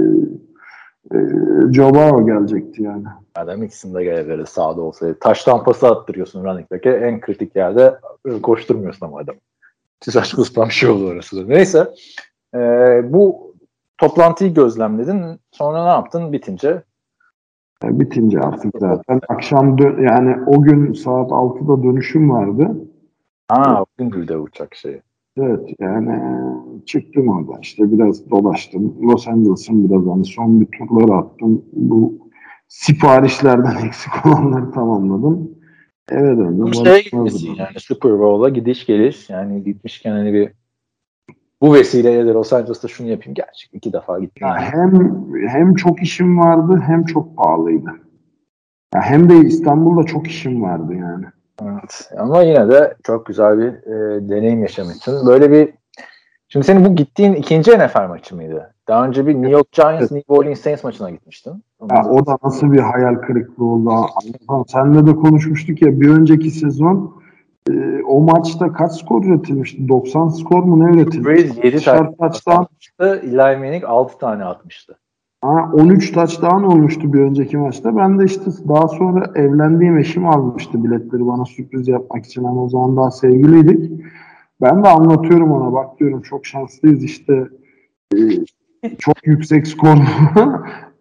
Joe Burrow gelecekti yani. Adam ikisinde gelebilirdi sağda olsaydı. Taş tampası attırıyorsun running back'e. En kritik yerde koşturmuyorsun ama adam. Saçma sapan bir şey oldu orası da. Neyse. Bu toplantıyı gözlemledin. Sonra ne yaptın bitince? Bitince artık zaten. Akşam yani o gün saat 6'da dönüşüm vardı. Bugün de uçak şeyi. Evet yani çıktım orada işte biraz dolaştım. Los Angeles'ın biraz hani son bir turlar attım. Bu siparişlerden eksik olanları tamamladım. Eve döndüm. Gitmişsin yani Super Bowl'a gidiş geliş yani gitmişken hani bir bu vesileyle de Los Angeles'ta şunu yapayım. Gerçekten 2 defa gittim. Hem çok işim vardı hem çok pahalıydı. Ya hem de İstanbul'da çok işim vardı yani. Evet. Ama yine de çok güzel bir deneyim yaşamışsın. Böyle bir şimdi senin bu gittiğin ikinci NFL maçı mıydı? Daha önce bir New York Giants, New Orleans Saints maçına gitmiştin. O da nasıl bir hayal kırıklığı oldu. Seninle de konuşmuştuk ya bir önceki sezon o maçta kaç skor üretilmişti? 90 skor mu ne üretilmişti? 7 tane atmıştı. Eli Manning 6 tane atmıştı. 13 touchdown olmuştu bir önceki maçta. Ben de işte daha sonra evlendiğim eşim almıştı biletleri bana sürpriz yapmak için. Ama o zaman daha sevgiliydik. Ben de anlatıyorum ona. Bak diyorum çok şanslıyız işte. Çok yüksek skor.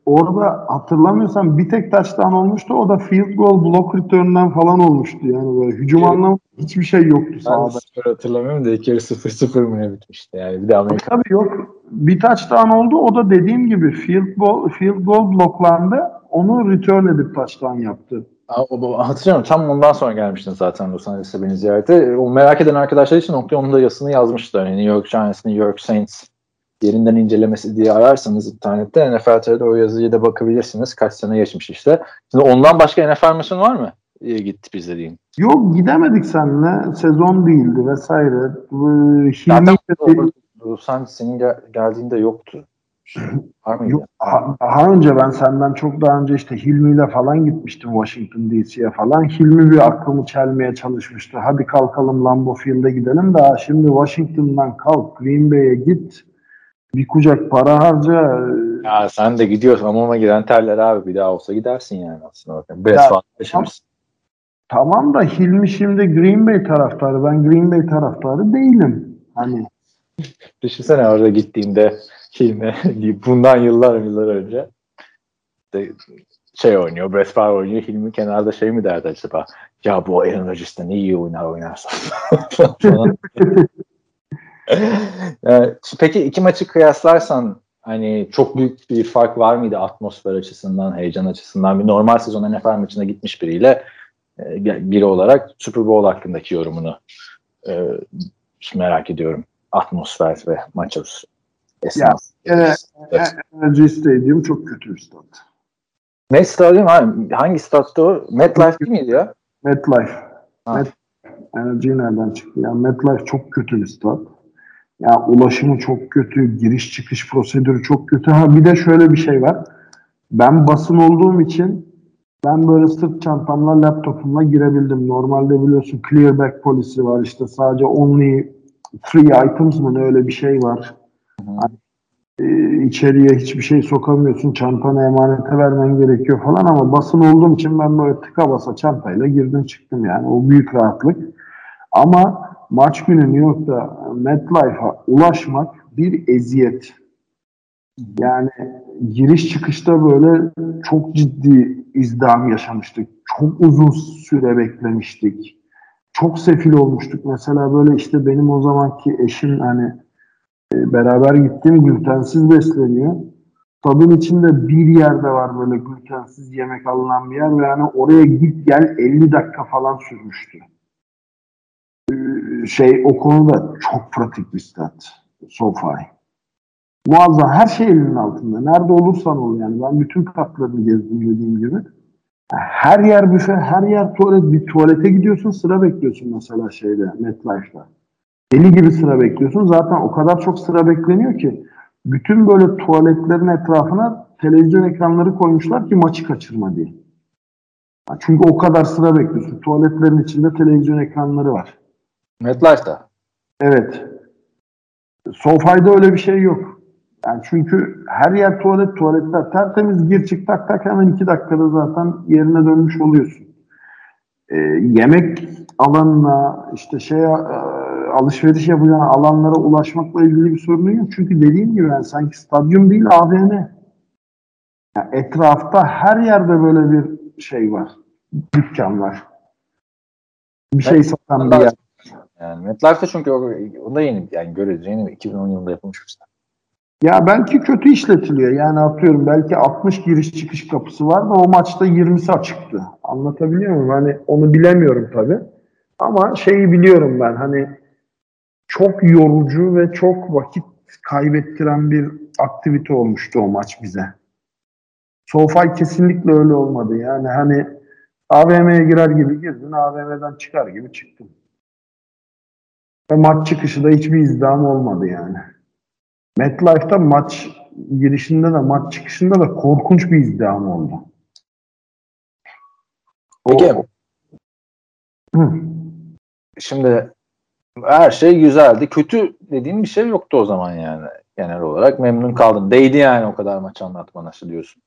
orada hatırlamıyorsam bir tek touchdown olmuştu. O da field goal block return'den falan olmuştu. Yani böyle hücum anlamında hiçbir şey yoktu Ben sahada. hatırlamıyorum da ilk yarı 0-0 mı ne bitmişti yani. Bir de Amerika. Tabii yok. Bir touchdown oldu. O da dediğim gibi field goal bloklandı. Onu return edip touchdown yaptı. Hatırlıyorum. Tam ondan sonra gelmiştin zaten Los Angeles'e beni ziyarete. O merak eden arkadaşlar için onun da yazısını yazmışlar. Yani New York Giants, New York Saints yerinden incelemesi diye ararsanız internette NFL TR'de o yazıya da bakabilirsiniz. Kaç sene geçmiş işte. Şimdi ondan başka NFL maçın var mı? Gittik izlediğin. Yok gidemedik seninle. Sezon değildi vesaire. Zaten sen senin geldiğinde yoktu. Var mıydı? Yok, daha önce ben senden çok daha önce işte Hilmi'yle falan gitmiştim Washington DC'ye falan. Hilmi bir aklımı çelmeye çalışmıştı. Hadi kalkalım Lambeau Field'e gidelim de şimdi Washington'dan kalk Green Bay'e git. Bir kucak para harca. Ya sen de gidiyorsun ama giden terler abi bir daha olsa gidersin yani aslında. Biraz fazla yaşamışsın. Tamam da Hilmi şimdi Green Bay taraftarı. Ben Green Bay taraftarı değilim. Hani düşünsene orada gittiğimde Hilmi bundan yıllar önce oynuyor, Brett Favre oynuyor. Hilmi kenarda mi derdi acaba? Ya bu Aaron Rodgers'tan iyi oynarsa falan. Yani, peki iki maçı kıyaslarsan hani çok büyük bir fark var mıydı atmosfer açısından, heyecan açısından? Bir normal sezon NFL maçına gitmiş biri olarak Super Bowl hakkındaki yorumunu merak ediyorum. Atmosfer ve maç Energy Stadium çok kötü bir stat. Ne stadyum? Hangi statta o? MetLife değil miydi ya? MetLife. Energy nereden çıktı ya? MetLife çok kötü bir stat. Ya ulaşımı çok kötü, giriş çıkış prosedürü çok kötü. Bir de şöyle bir şey var. Ben basın olduğum için ben böyle sırt çantamla, laptopumla girebildim. Normalde biliyorsun clearback policy var. İşte sadece only 3 items mı öyle bir şey var. Hani, içeriye hiçbir şey sokamıyorsun. Çantanı emanete vermen gerekiyor falan ama basın olduğum için ben böyle tıka basa çantayla girdim çıktım yani. O büyük rahatlık. Ama maç günü New York'ta MetLife'a ulaşmak bir eziyet. Yani giriş çıkışta böyle çok ciddi izdiham yaşamıştık. Çok uzun süre beklemiştik. Çok sefil olmuştuk. Mesela böyle işte benim o zamanki eşim hani beraber gittiğim glutensiz besleniyor. Stadın içinde bir yerde var böyle glutensiz yemek alınan bir yer ve yani oraya git gel 50 dakika falan sürmüştü. O konuda çok pratik bir stat. SoFi. Muazzam. Her şey elinin altında. Nerede olursan ol yani. Ben bütün katlarını gezdim dediğim gibi. Her yer büfe, her yer tuvalet. Bir tuvalete gidiyorsun, sıra bekliyorsun mesela MetLife'da. Deli gibi sıra bekliyorsun. Zaten o kadar çok sıra bekleniyor ki bütün böyle tuvaletlerin etrafına televizyon ekranları koymuşlar ki maçı kaçırma diye. Çünkü o kadar sıra bekliyorsun. Tuvaletlerin içinde televizyon ekranları var. MetLife'da. Evet. SoFi'de öyle bir şey yok. Yani çünkü her yer tuvaletler tertemiz gir çık tak tak hemen 2 dakikada zaten yerine dönmüş oluyorsun. Yemek alanına işte alışveriş yapacağın alanlara ulaşmakla ilgili bir sorun yok. Çünkü dediğim gibi yani sanki stadyum değil AVM. Yani etrafta her yerde böyle bir şey var. Dükkan var. Bir şey satan bir yer. Yani MetLife'da çünkü o da yeni yani göreceğini 2010 yılında yapılmış bir şey. Ya belki kötü işletiliyor. Yani atıyorum belki 60 giriş çıkış kapısı var da o maçta 20'si açıktı. Anlatabiliyor muyum? Hani onu bilemiyorum tabii. Ama şeyi biliyorum ben hani çok yorucu ve çok vakit kaybettiren bir aktivite olmuştu o maç bize. SoFi kesinlikle öyle olmadı. Yani hani AVM'ye girer gibi girdin, AVM'den çıkar gibi çıktın. Ve maç çıkışı da hiçbir izdiham olmadı yani. MetLife'da maç girişinde de maç çıkışında da korkunç bir izdiham oldu. Peki. Şimdi her şey güzeldi. Kötü dediğin bir şey yoktu o zaman yani. Genel olarak memnun kaldım. Değdi yani o kadar maç anlatmana diyorsun.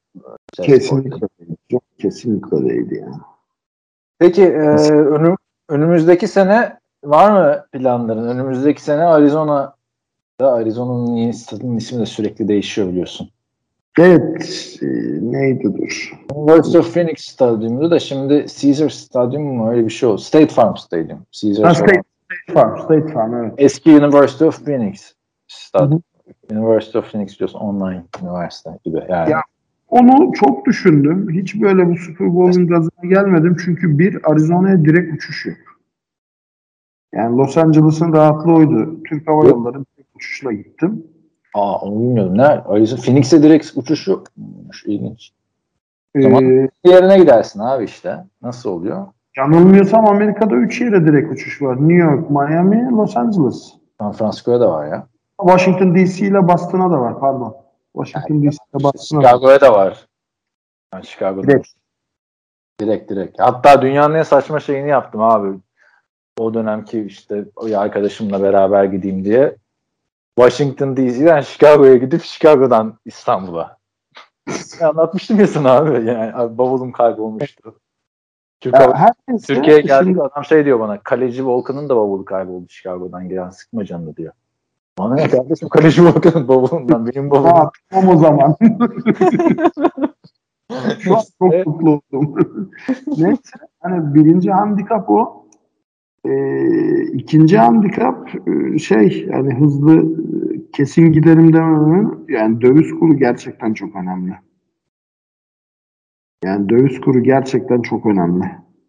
Kesinlikle değdi yani. Peki önümüzdeki sene var mı planların? Önümüzdeki sene Arizona'nın stadının ismi de sürekli değişiyor biliyorsun. Evet. Neydi dur? University of Phoenix Stadyum'du da şimdi Caesars Stadyum mu öyle bir şey oldu. State Farm Stadium. Caesars State Farm evet. Eski University of Phoenix Stadyum. Hı-hı. University of Phoenix diyorsun online üniversite gibi yani. Ya, onu çok düşündüm. Hiç böyle bu Super Bowl'un gazına gelmedim. Çünkü bir Arizona'ya direkt uçuş yok. Yani Los Angeles'ın rahatlığı oydu. Türk Hava Yolları direkt uçuşla gittim. Onu bilmiyordum. Arizona Phoenix'e direkt uçuş yokmuş. İlginç. Tamam. Yerine gidersin abi işte. Nasıl oluyor? Yanılmıyorsam Amerika'da 3 yere direkt uçuş var. New York, Miami, Los Angeles. San Francisco'ya da var ya. Washington DC ile Boston'a da var pardon. Washington DC ile Boston'a da var. Chicago'ya da var. Yani Chicago'da. Direkt. Hatta dünyanın en saçma şeyini yaptım abi. O dönemki işte o arkadaşımla beraber gideyim diye. Washington DC'den Chicago'ya gidip Chicago'dan İstanbul'a. Anlatmıştım ya sana abi. Yani abi, bavulum kaybolmuştu. Türkiye'ye geldiğinde adam şey diyor bana. Kaleci Volkan'ın da bavulu kayboldu Chicago'dan gelen, sıkma canını diyor. Bana ne kardeşim, Kaleci Volkan'ın bavulundan benim bavulum. Tamam o zaman. Şu an çok mutlu oldum. Neyse hani birinci handikap o. İkinci handikap yani hızlı kesin giderim dememin, yani döviz kuru gerçekten çok önemli. Yani döviz kuru gerçekten çok önemli.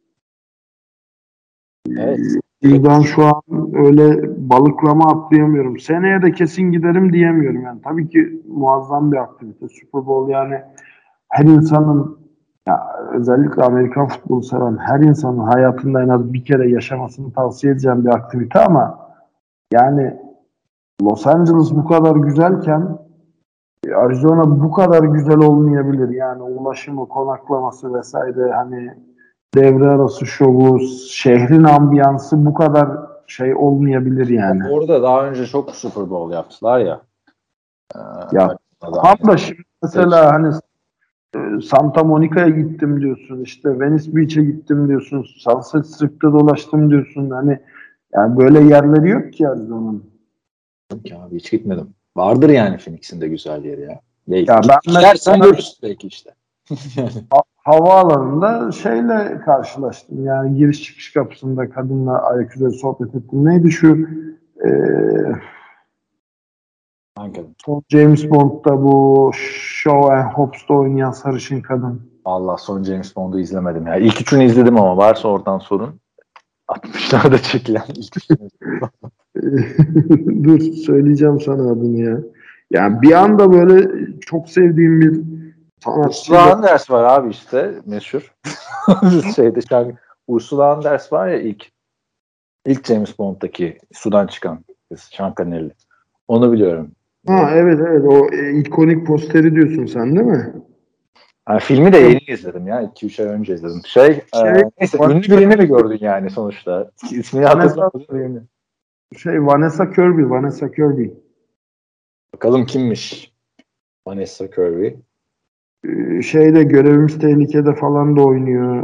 Evet. Yüzden şu an öyle balıklama atlayamıyorum. Seneye de kesin giderim diyemiyorum. Yani tabii ki muazzam bir aktivite. Super Bowl yani her insanın, ya özellikle Amerikan futbolu seven her insanın hayatında en az bir kere yaşamasını tavsiye edeceğim bir aktivite ama yani Los Angeles bu kadar güzelken Arizona bu kadar güzel olmayabilir. Yani ulaşımı, konaklaması vesaire, hani devre arası şovu, şehrin ambiyansı bu kadar şey olmayabilir yani. Orada daha önce çok Super Bowl yaptılar ya. Ya tam da şimdi mesela hani Santa Monica'ya gittim diyorsun, işte Venice Beach'e gittim diyorsun, Sunset Strip'te dolaştım diyorsun, hani yani böyle yerleri yok ki Arizona'nın. Yok ki abi, hiç gitmedim. Vardır yani Phoenix'in de güzel yeri ya. Belki. Ya ben Gidersen görürsün belki işte. Havaalanında şeyle karşılaştım, yani giriş çıkış kapısında kadınla ayaküstü sohbet ettim. Neydi şu son James Bond'da bu Shaw and Hobbs'ta oynayan sarışın kadın. Allah, son James Bond'u izlemedim ya. İlk üçünü izledim ama varsa oradan sorun. 60'larda çekilen ilk üçünü. Dur söyleyeceğim sana adını ya. Yani bir anda böyle çok sevdiğim bir sanatçı. Ursula Andress var abi işte meşhur. Ursula Andress var ya, ilk James Bond'daki sudan çıkan kız, Şankanelli. Onu biliyorum. Ha evet o ikonik posteri diyorsun sen değil mi? Yani filmi de yeni izledim ya. 2-3 ay önce izledim. Neyse, ünlü birini mi gördün yani sonuçta? İsmini hatırlamadım. Vanessa Kirby. Bakalım kimmiş? Vanessa Kirby. Görevimiz tehlikede falan da oynuyor.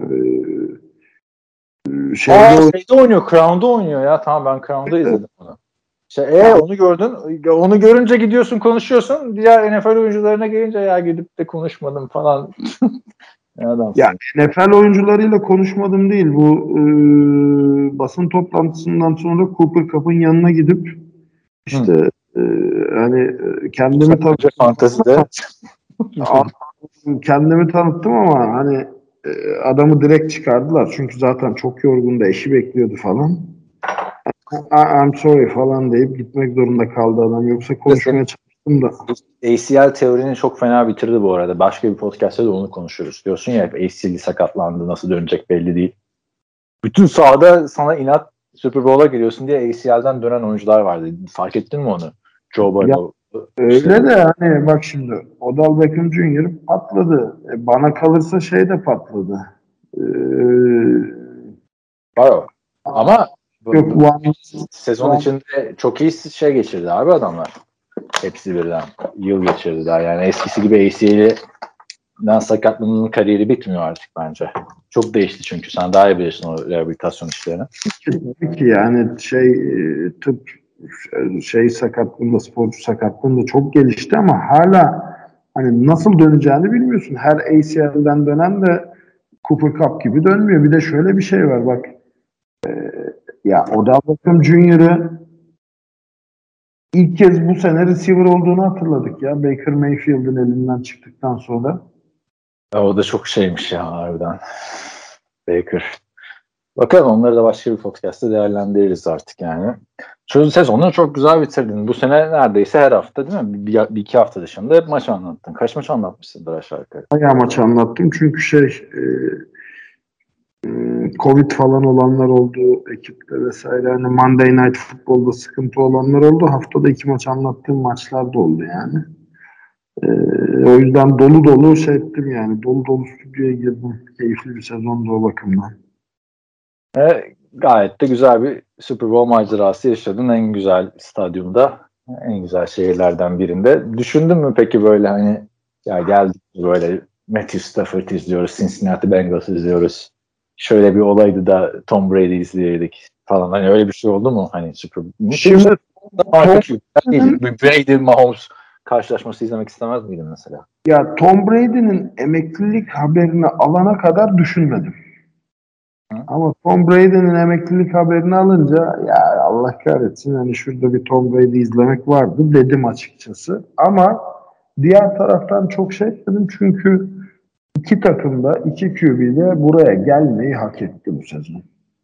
Şeyde oynuyor. Crown'da oynuyor ya. Tamam, ben Crown'da izledim onu. Onu gördün. Onu görünce gidiyorsun, konuşuyorsun. Diğer NFL oyuncularına gelince ya gidip de konuşmadım falan. Ya NFL oyuncularıyla konuşmadım değil. Bu basın toplantısından sonra Cooper Cup'ın yanına gidip işte hani kendimi tanıttım ama hani adamı direkt çıkardılar. Çünkü zaten çok yorgundu. Eşi bekliyordu falan. I'm sorry falan deyip gitmek zorunda kaldı adam. Yoksa konuşmaya çalıştım da. ACL teorini çok fena bitirdi bu arada. Başka bir podcast'ta da onu konuşuruz. Diyorsun ya, ACL sakatlandı, nasıl dönecek belli değil. Bütün sahada sana inat Super Bowl'a giriyorsun diye ACL'den dönen oyuncular vardı. Fark ettin mi onu? Joe Burrow. Öyle de hani bak şimdi Odell Beckham Jr. patladı. Bana kalırsa de patladı. Burrow. Ama sezon içinde çok iyi geçirdi abi adamlar. Hepsi birden. Yıl geçirdi daha. Yani eskisi gibi ACL'den sakatlığının kariyeri bitmiyor artık bence. Çok değişti çünkü. Sen daha iyi bilirsin o rehabilitasyon işlerini. Tabii ki yani tıp sakatlığında, sporcu sakatlığında çok gelişti ama hala Hani nasıl döneceğini bilmiyorsun. Her ACL'den dönen de Cooper Kupp gibi dönmüyor. Bir de şöyle bir şey var bak. Ya Odell Beckham Jr.'ı ilk kez bu sene receiver olduğunu hatırladık ya. Baker Mayfield'ın elinden çıktıktan sonra. Ya o da çok şeymiş ya harbiden. Baker. Bakalım onları da başka bir podcast'ta değerlendiririz artık yani. Şu sezonu çok güzel bitirdin. Bu sene neredeyse her hafta değil mi? Bir iki hafta dışında hep maç anlattın. Kaç maç anlatmışsındır aşağı yukarı? Bayağı maç anlattım çünkü Covid falan olanlar oldu ekipte vesaire. Hani Monday Night Football'da sıkıntı olanlar oldu. Haftada 2 maç anlattığım maçlar da oldu yani. O yüzden dolu dolu şey ettim yani. Dolu dolu stüdyoya girdim. Keyifli bir sezondu o bakımdan. Gayet de güzel bir Super Bowl macerası yaşadın. En güzel stadyumda, en güzel şehirlerden birinde. Düşündün mü peki böyle hani ya geldik böyle Matthew Stafford izliyoruz, Cincinnati Bengals izliyoruz. Şöyle bir olaydı da Tom Brady izleyerek falan. Hani öyle bir şey oldu mu? Hani Super Bowl. Şimdi Brady Mahomes karşılaşması izlemek istemez miydin mesela? ya Tom Brady'nin emeklilik haberini alana kadar düşünmedim. Ama Tom Brady'nin emeklilik haberini alınca ya Allah kahretsin hani şurada bir Tom Brady izlemek vardı dedim açıkçası. Ama diğer taraftan çok şey dedim çünkü iki takım da iki QB'de buraya gelmeyi hak etti bu sezon.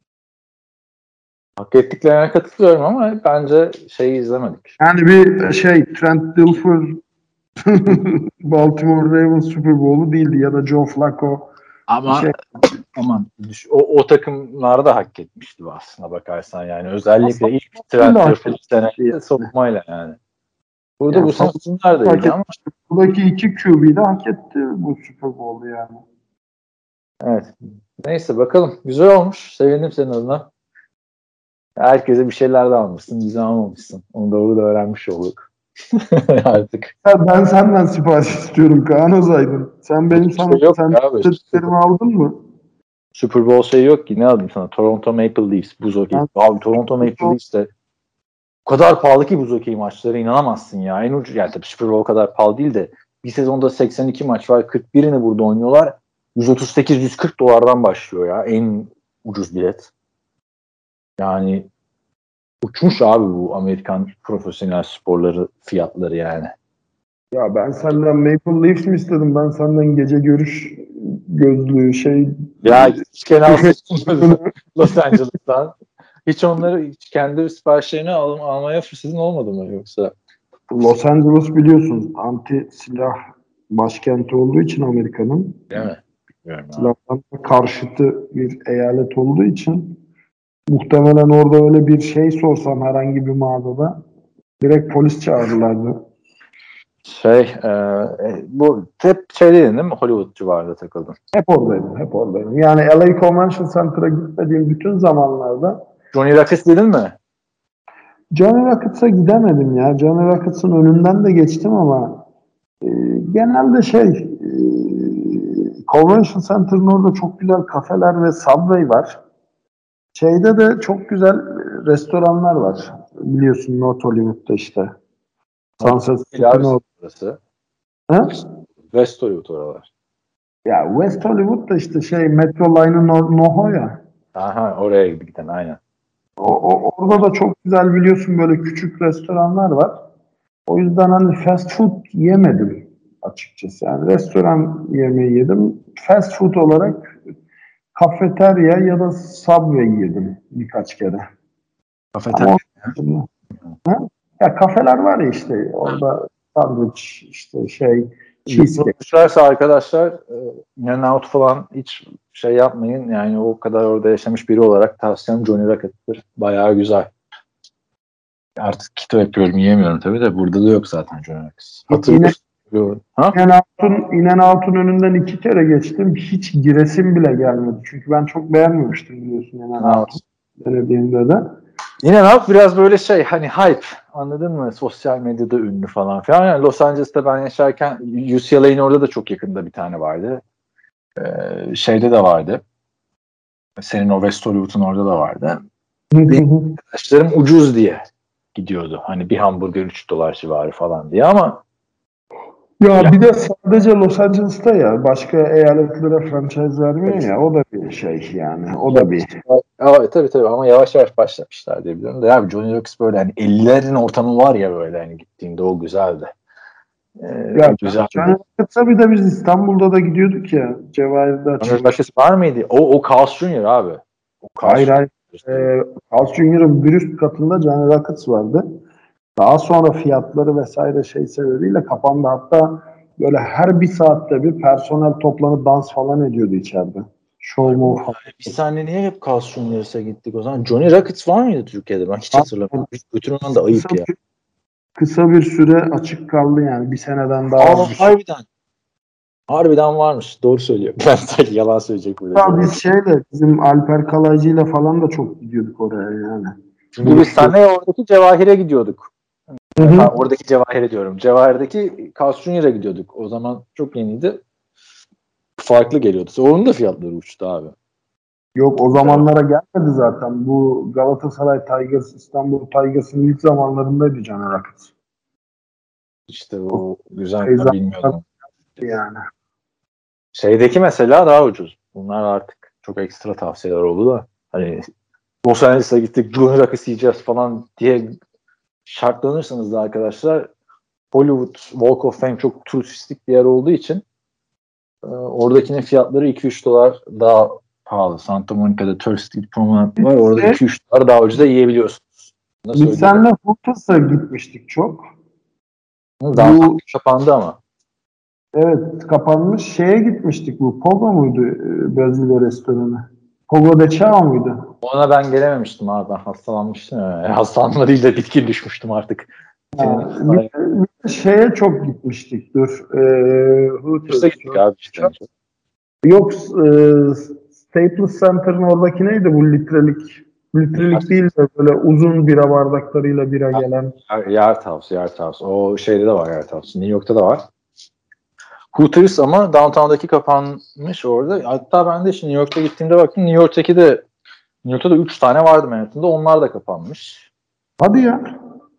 Hak ettiklerine katılıyorum ama bence şeyi izlemedik. Yani bir Trent Dilfer Baltimore Ravens Super Bowl'u değildi ya da Joe Flacco. Ama aman o takımlar da hak etmişti aslında bakarsan yani özellikle ilk Trent Dilfer sene sokmayla yani. Burada yani bu sene bunlar da iyiydi ama buradaki iki QB de hak etti bu Super Bowl'u yani. Evet. Neyse bakalım. Güzel olmuş. Sevindim senin adına. Herkese bir şeyler de almışsın. Bize almamışsın. Onu doğru da öğrenmiş olduk. Artık. Ya ben senden sipariş istiyorum Kaan Özaydın. Sen benim sana istediklerimi aldın mı? Super Bowl şey yok ki. Ne aldım sana? Toronto Maple Leafs. Buz hokeyi. Abi Toronto Maple Leafs de o kadar pahalı ki buz hokeyi maçları inanamazsın ya. En ucuz yani tabii Super Bowl kadar pahalı değil de bir sezonda 82 maç var. 41'ini burada oynuyorlar. 138-140 dolardan başlıyor ya. En ucuz bilet. Yani uçmuş abi bu Amerikan profesyonel sporları fiyatları yani. Ya ben senden Maple Leafs mi istedim? Ben senden gece görüş gözlüğü Ya hiç kenal Los Angeles'tan. Hiç onları kendi siparişlerini almaya fırsatın olmadı mı yoksa? Los Angeles biliyorsun anti silah başkenti olduğu için Amerika'nın. Değil mi? Bilmiyorum. Silahtan karşıtı bir eyalet olduğu için muhtemelen orada öyle bir şey sorsam herhangi bir mağazada direkt polis çağırırlardı. Bu hep değil mi? Hollywood civarında takıldın. Hep oradaydım. Yani LA Convention Center'a gitmediğim bütün zamanlarda Johnny Rockets dedin mi? Johnny Rockets'a gidemedim ya. Johnny Rockets'ın önünden de geçtim ama genelde Convention Center'ın orada çok güzel kafeler ve Subway var. Şeyde de çok güzel restoranlar var. Biliyorsun North Hollywood'da işte. Sunset Burası. Ha? West Hollywood oralar. Ya West Hollywood'da işte Metro Line'ın Noho ya. Aha oraya giden aynen. Orada da çok güzel biliyorsun böyle küçük restoranlar var. O yüzden hani fast food yemedim açıkçası. Yani restoran yemeği yedim. Fast food olarak kafeterya ya da Subway yedim birkaç kere. Kafeterya? Ya kafeler var ya işte orada sandviç işte cheesecake. Düşerse arkadaşlar In-N-Out falan hiç yapmayın. Yani o kadar orada yaşamış biri olarak tavsiyem Johnny Rockets'tır. Bayağı güzel. Artık keto yapıyorum yiyemiyorum tabii de burada da yok zaten Johnny Rockets. In-N-Out'un önünden 2 kere geçtim. Hiç giresim bile gelmedi. Çünkü ben çok beğenmemiştim biliyorsun In-N-Out'u. Denediğimde de. In-N-Out biraz böyle hani hype. Anladın mı? Sosyal medyada ünlü falan filan. Yani Los Angeles'ta ben yaşarken UCLA'nin orada da çok yakında bir tane vardı. Şeyde de vardı. Senin o West Hollywood'un orada da vardı. Benim arkadaşlarım ucuz diye gidiyordu. Hani bir hamburger $3 civarı falan diye ama Ya bir de sadece Los Angeles'ta ya başka eyaletlere franchise vermiyor ya o da bir şey yani o da bir Tabii ama yavaş yavaş başlamışlar diye biliyorum da abi Johnny Rockets böyle hani 50'lerin ortamı var ya böyle hani gittiğinde o güzeldi. ya O güzeldi. tabii de biz İstanbul'da da gidiyorduk ya Cevahir'de Johnny açılmış. Rockets var mıydı? O Carl's Jr. abi. O Carl's Hayır. Jr. Carl's Jr.'ın bir üst katında Johnny Rockets vardı. Daha sonra fiyatları vesaire şey sebebiyle kapandı. Hatta böyle her bir saatte bir personel toplanıp dans falan ediyordu içeride. Show mu falan. Bir saniye niye hep Carl's Jr.'a gittik o zaman? Johnny Rockets var mıydı Türkiye'de? Ben hiç hatırlamıyorum. Hiç götürmem de ayıp ya. Kısa bir süre açık kaldı yani. Bir seneden daha az bir süre. Harbiden varmış. Doğru söylüyor. Ben sadece yalan söyleyecek burada. Ya biz bizim Alper Kalaycı ile falan da çok gidiyorduk oraya yani. Çünkü biz seninle oradaki Cevahir'e gidiyorduk. Hı. Oradaki Cevahir'e diyorum. Cevahir'deki Carl's Jr.'a gidiyorduk. O zaman çok yeniydi. Farklı geliyordu. Onun da fiyatları uçtu abi. Yok o zamanlara gelmedi zaten. Bu Galatasaray Tigers, İstanbul Tigers'ın ilk zamanlarındaydı Johnny Rockets. İşte o güzel bilmiyordum. Yani. Şeydeki mesela daha ucuz. Bunlar artık çok ekstra tavsiyeler oldu da. Hani Los Angeles'a gittik, Johnny Rockets yiyeceğiz falan diye şartlanırsanız da arkadaşlar Hollywood Walk of Fame çok turistik bir yer olduğu için oradakinin fiyatları $2-3 daha pahalı. Santa Monica'da Third Street Promenade var. Orada $2-3 daha ucuza yiyebiliyorsunuz. Biz seninle Hooters gitmiştik çok. Bu kapandı ama. Evet kapanmış. Şeye gitmiştik bu. Pogo muydu Brezilya restoranı? Pogo de Chao muydu? Ona ben gelememiştim abi. Ben hastalanmıştım. Hastalanma değil de bitkin düşmüştüm artık. Şeye çok gitmiştik. Hooters'a gittik abi işte. Yok Staples Center'ın oradaki neydi bu litrelik? Litrelik değil de böyle uzun bira bardaklarıyla bira gelen. Yard House. O şeyde de var Yard House. New York'ta da var. Hooters ama downtown'daki kapanmış orada. Hatta ben de şimdi New York'ta gittiğimde baktım. New York'ta da 3 tane vardı Manhattan'da. Onlar da kapanmış. Hadi ya.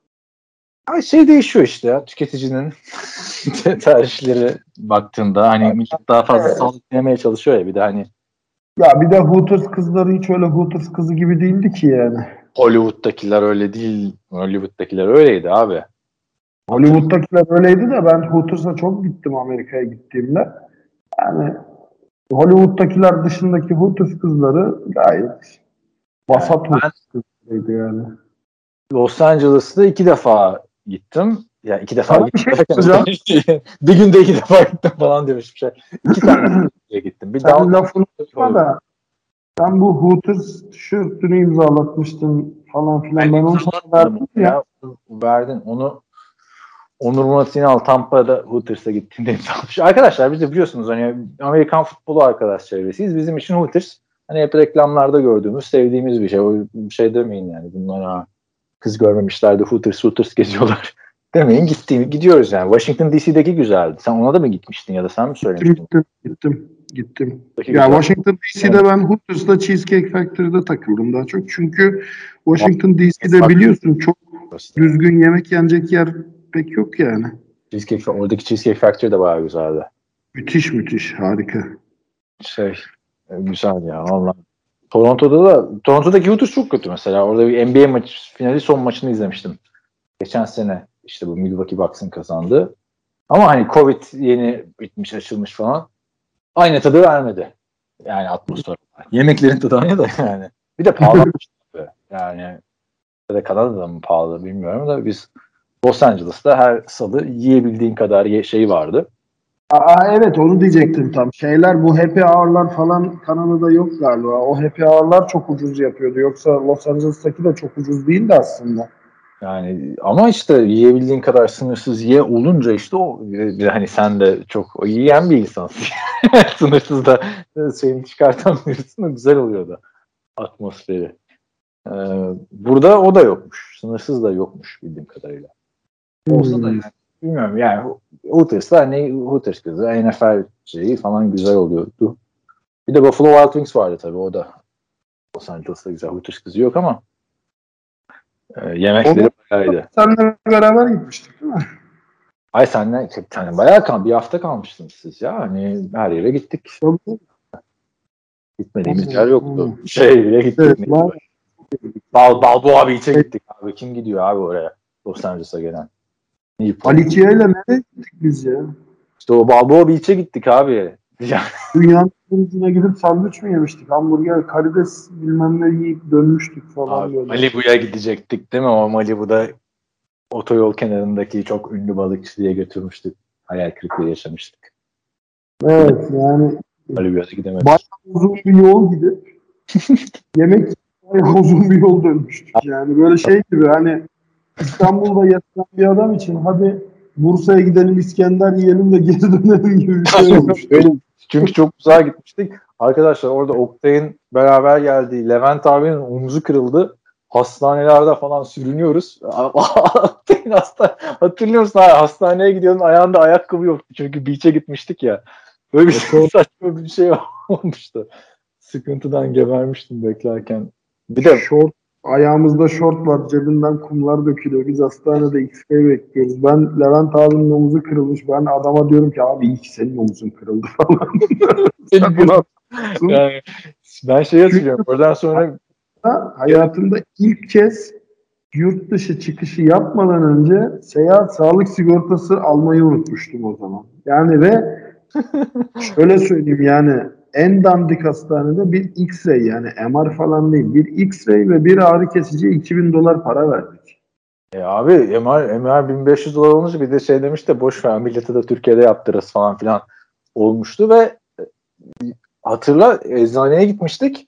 Ay şey değişiyor işte ya. Tüketicinin tercihleri baktığında hani millet daha fazla sağlık yemeye çalışıyor ya bir de hani. Ya bir de Hooters kızları hiç öyle Hooters kızı gibi değildi ki yani. Hollywood'dakiler öyle değil. Hollywood'dakiler öyleydi abi. Hollywood'dakiler öyleydi de ben Hooters'a çok gittim Amerika'ya gittiğimde. Yani Hollywood'dakiler dışındaki Hooters kızları gayet vasat Hooters kızlarıydı yani. Los Angeles'ta 2 defa gittim. Ya 2 defa sana gittim. Bir günde 2 defa gittim falan demiş bir şey. 2 tane gittim. Sen lafını tutma da sen bu Hooters tişörtünü imzalatmıştın falan filan. Ben onu sana verdim ya. Verdin. Onu Onur Murat İnal Tampa'da Hooters'a gittiğinde imzalamış. Arkadaşlar biz de biliyorsunuz hani Amerikan futbolu arkadaş çevresiyiz. Bizim için Hooters hani hep reklamlarda gördüğümüz, sevdiğimiz bir şey. O bir şey demeyin yani. Bunlara kız görmemişler de Hooters geziyorlar. Demeyin gidiyoruz yani. Washington DC'deki güzeldi. Sen ona da mı gitmiştin ya da sen mi söylemiştin? Gittim. Ya Washington DC'de ben Hooters'la Cheesecake Factory'de takıldım daha çok. Çünkü Washington DC'de biliyorsun çok düzgün yemek yenecek yer pek yok yani. Oradaki Cheesecake Factory de bayağı güzeldi. Müthiş, harika. Güzel ya vallahi. Toronto'daki Hooters çok kötü mesela. Orada bir NBA finali son maçını izlemiştim. Geçen sene işte bu Milwaukee Bucks'ın kazandığı. Ama hani Covid yeni bitmiş, açılmış falan. Aynı tadı vermedi. Yani atmosfer. Yemeklerin tadı aynı da yani. Bir de pahalanmış. Yani ya da Kanada'da mı pahalı bilmiyorum da biz Los Angeles'ta her salı yiyebildiğin kadar şey vardı. Evet onu diyecektim tam. Bu happy hour'lar falan Kanada'da yok galiba. O happy hour'lar çok ucuz yapıyordu. Yoksa Los Angeles'taki de çok ucuz değildi aslında. Yani ama işte yiyebildiğin kadar sınırsız olunca işte o hani sen de çok yiyen bir insansın. Sınırsız da şeyini çıkartamıyorsun da güzel oluyor da atmosferi. Burada o da yokmuş. Sınırsız da yokmuş bildiğim kadarıyla. Olsa da yani bilmiyorum yani Hooters'ta hani Hooters kızı NFL şeyi falan güzel oluyordu. Bir de Buffalo Wild Wings vardı tabii o da Los Angeles'ta güzel Hooters kızı yok ama yemekleri bayağıydı. Seninle beraber gitmiştik değil mi? Ay senle yani bayağı bir hafta kalmıştınız siz ya. Hani her yere gittik. Gitmediğimiz yer yoktu. Şey bile gittik. Evet, Balboa Beach'e gittik abi. Kim gidiyor abi oraya? Los Angeles'a gelen. Ali Kia'yla nereye gittik biz ya? İşte o Balboa Beach'e gittik abi. Dünyanın ucuna gidip sandviç mi yemiştik? Hamburger, karides bilmem ne yiyip dönmüştük falan Abi, böyle. Malibu'ya gidecektik değil mi? O Malibu'da otoyol kenarındaki çok ünlü balıkçı diye götürmüştük. Hayal kırıklığı yaşamıştık. Evet yani Malibu'ya gidemedik. bayağı uzun bir yol gidip yemek bayağı uzun bir yol dönmüştük yani. Böyle şey gibi hani İstanbul'da yaşayan bir adam için hadi Bursa'ya gidelim İskender yiyelim de geri dönelim gibi bir şey olmuştu. Öyle, çünkü çok uzağa gitmiştik. Arkadaşlar orada Oktay'ın beraber geldiği Levent abinin omzu kırıldı. Hastanelerde falan sürünüyoruz. Oktay'ın hatırlıyor musun abi? Hastaneye gidiyordun ayağında ayakkabı yoktu. Çünkü beach'e gitmiştik ya. Böyle bir saçma bir şey olmuştu. Sıkıntıdan gebermiştim beklerken. Bir de Ayağımızda şort var. Cebinden kumlar dökülüyor. Biz hastanede X-ray bekliyoruz. Ben Levent abinin omuzu kırılmış. Ben adama diyorum ki abi iyi ki senin omuzun kırıldı falan. yani, ben şey hatırlıyorum. Oradan sonra hayatımda ilk kez yurt dışı çıkışı yapmadan önce seyahat sağlık sigortası almayı unutmuştum o zaman. Yani ve şöyle söyleyeyim yani en dandik hastanede bir X-ray yani MR falan değil. Bir X-ray ve bir ağrı kesici $2000 para verdik. Abi MR $1500 olunca bir de şey demiş de boş ver millete de Türkiye'de yaptırırız falan filan olmuştu ve hatırla eczaneye gitmiştik.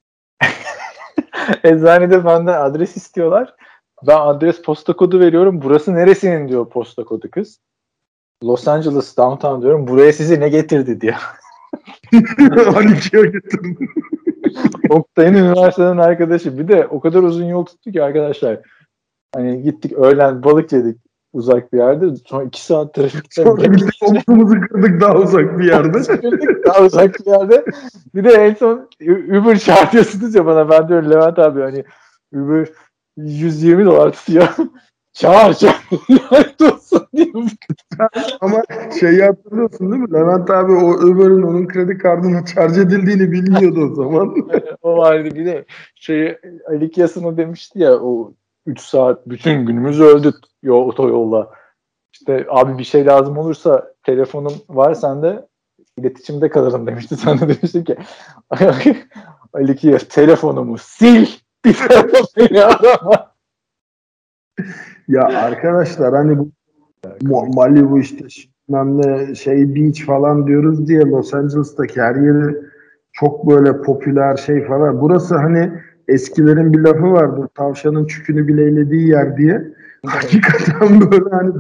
Eczanede benden adres istiyorlar. Ben adres posta kodu veriyorum. Burası neresinin diyor posta kodu kız. Los Angeles downtown diyorum. Buraya sizi ne getirdi diyor. Aliki'ye getirdim. Oktay'ın üniversiteden arkadaşı. Bir de o kadar uzun yol tuttu ki arkadaşlar. Hani gittik öğlen balık yedik uzak bir yerde. Sonra 2 saat trafikte. Sonra gittik omzumuzu kırdık daha uzak bir yerde. Daha uzak bir yerde. Bir de en son Uber çağırıyorsunuz ya bana. Ben diyorum Levent abi hani Uber $120 tutuyor. Çağır. Olsun diyorum. Ama şeyi hatırlıyorsun değil mi? Levent abi o Uber'in onun kredi kartına charge edildiğini bilmiyordu o zaman. O vardı bir de Ali Kiyası'na demişti ya o 3 saat bütün günümüz öldü otoyolla. İşte abi bir şey lazım olursa telefonum var sende iletişimde kalırım demişti. Sen de demiştin ki Ali Kiyas telefonumu sil bir telefonu arama. Ya arkadaşlar hani bu Malibu işte şey beach falan diyoruz diye Los Angeles'taki her yeri çok böyle popüler şey falan. Burası hani eskilerin bir lafı vardır. Tavşanın çükünü bileylediği yer diye. Hakikaten böyle hani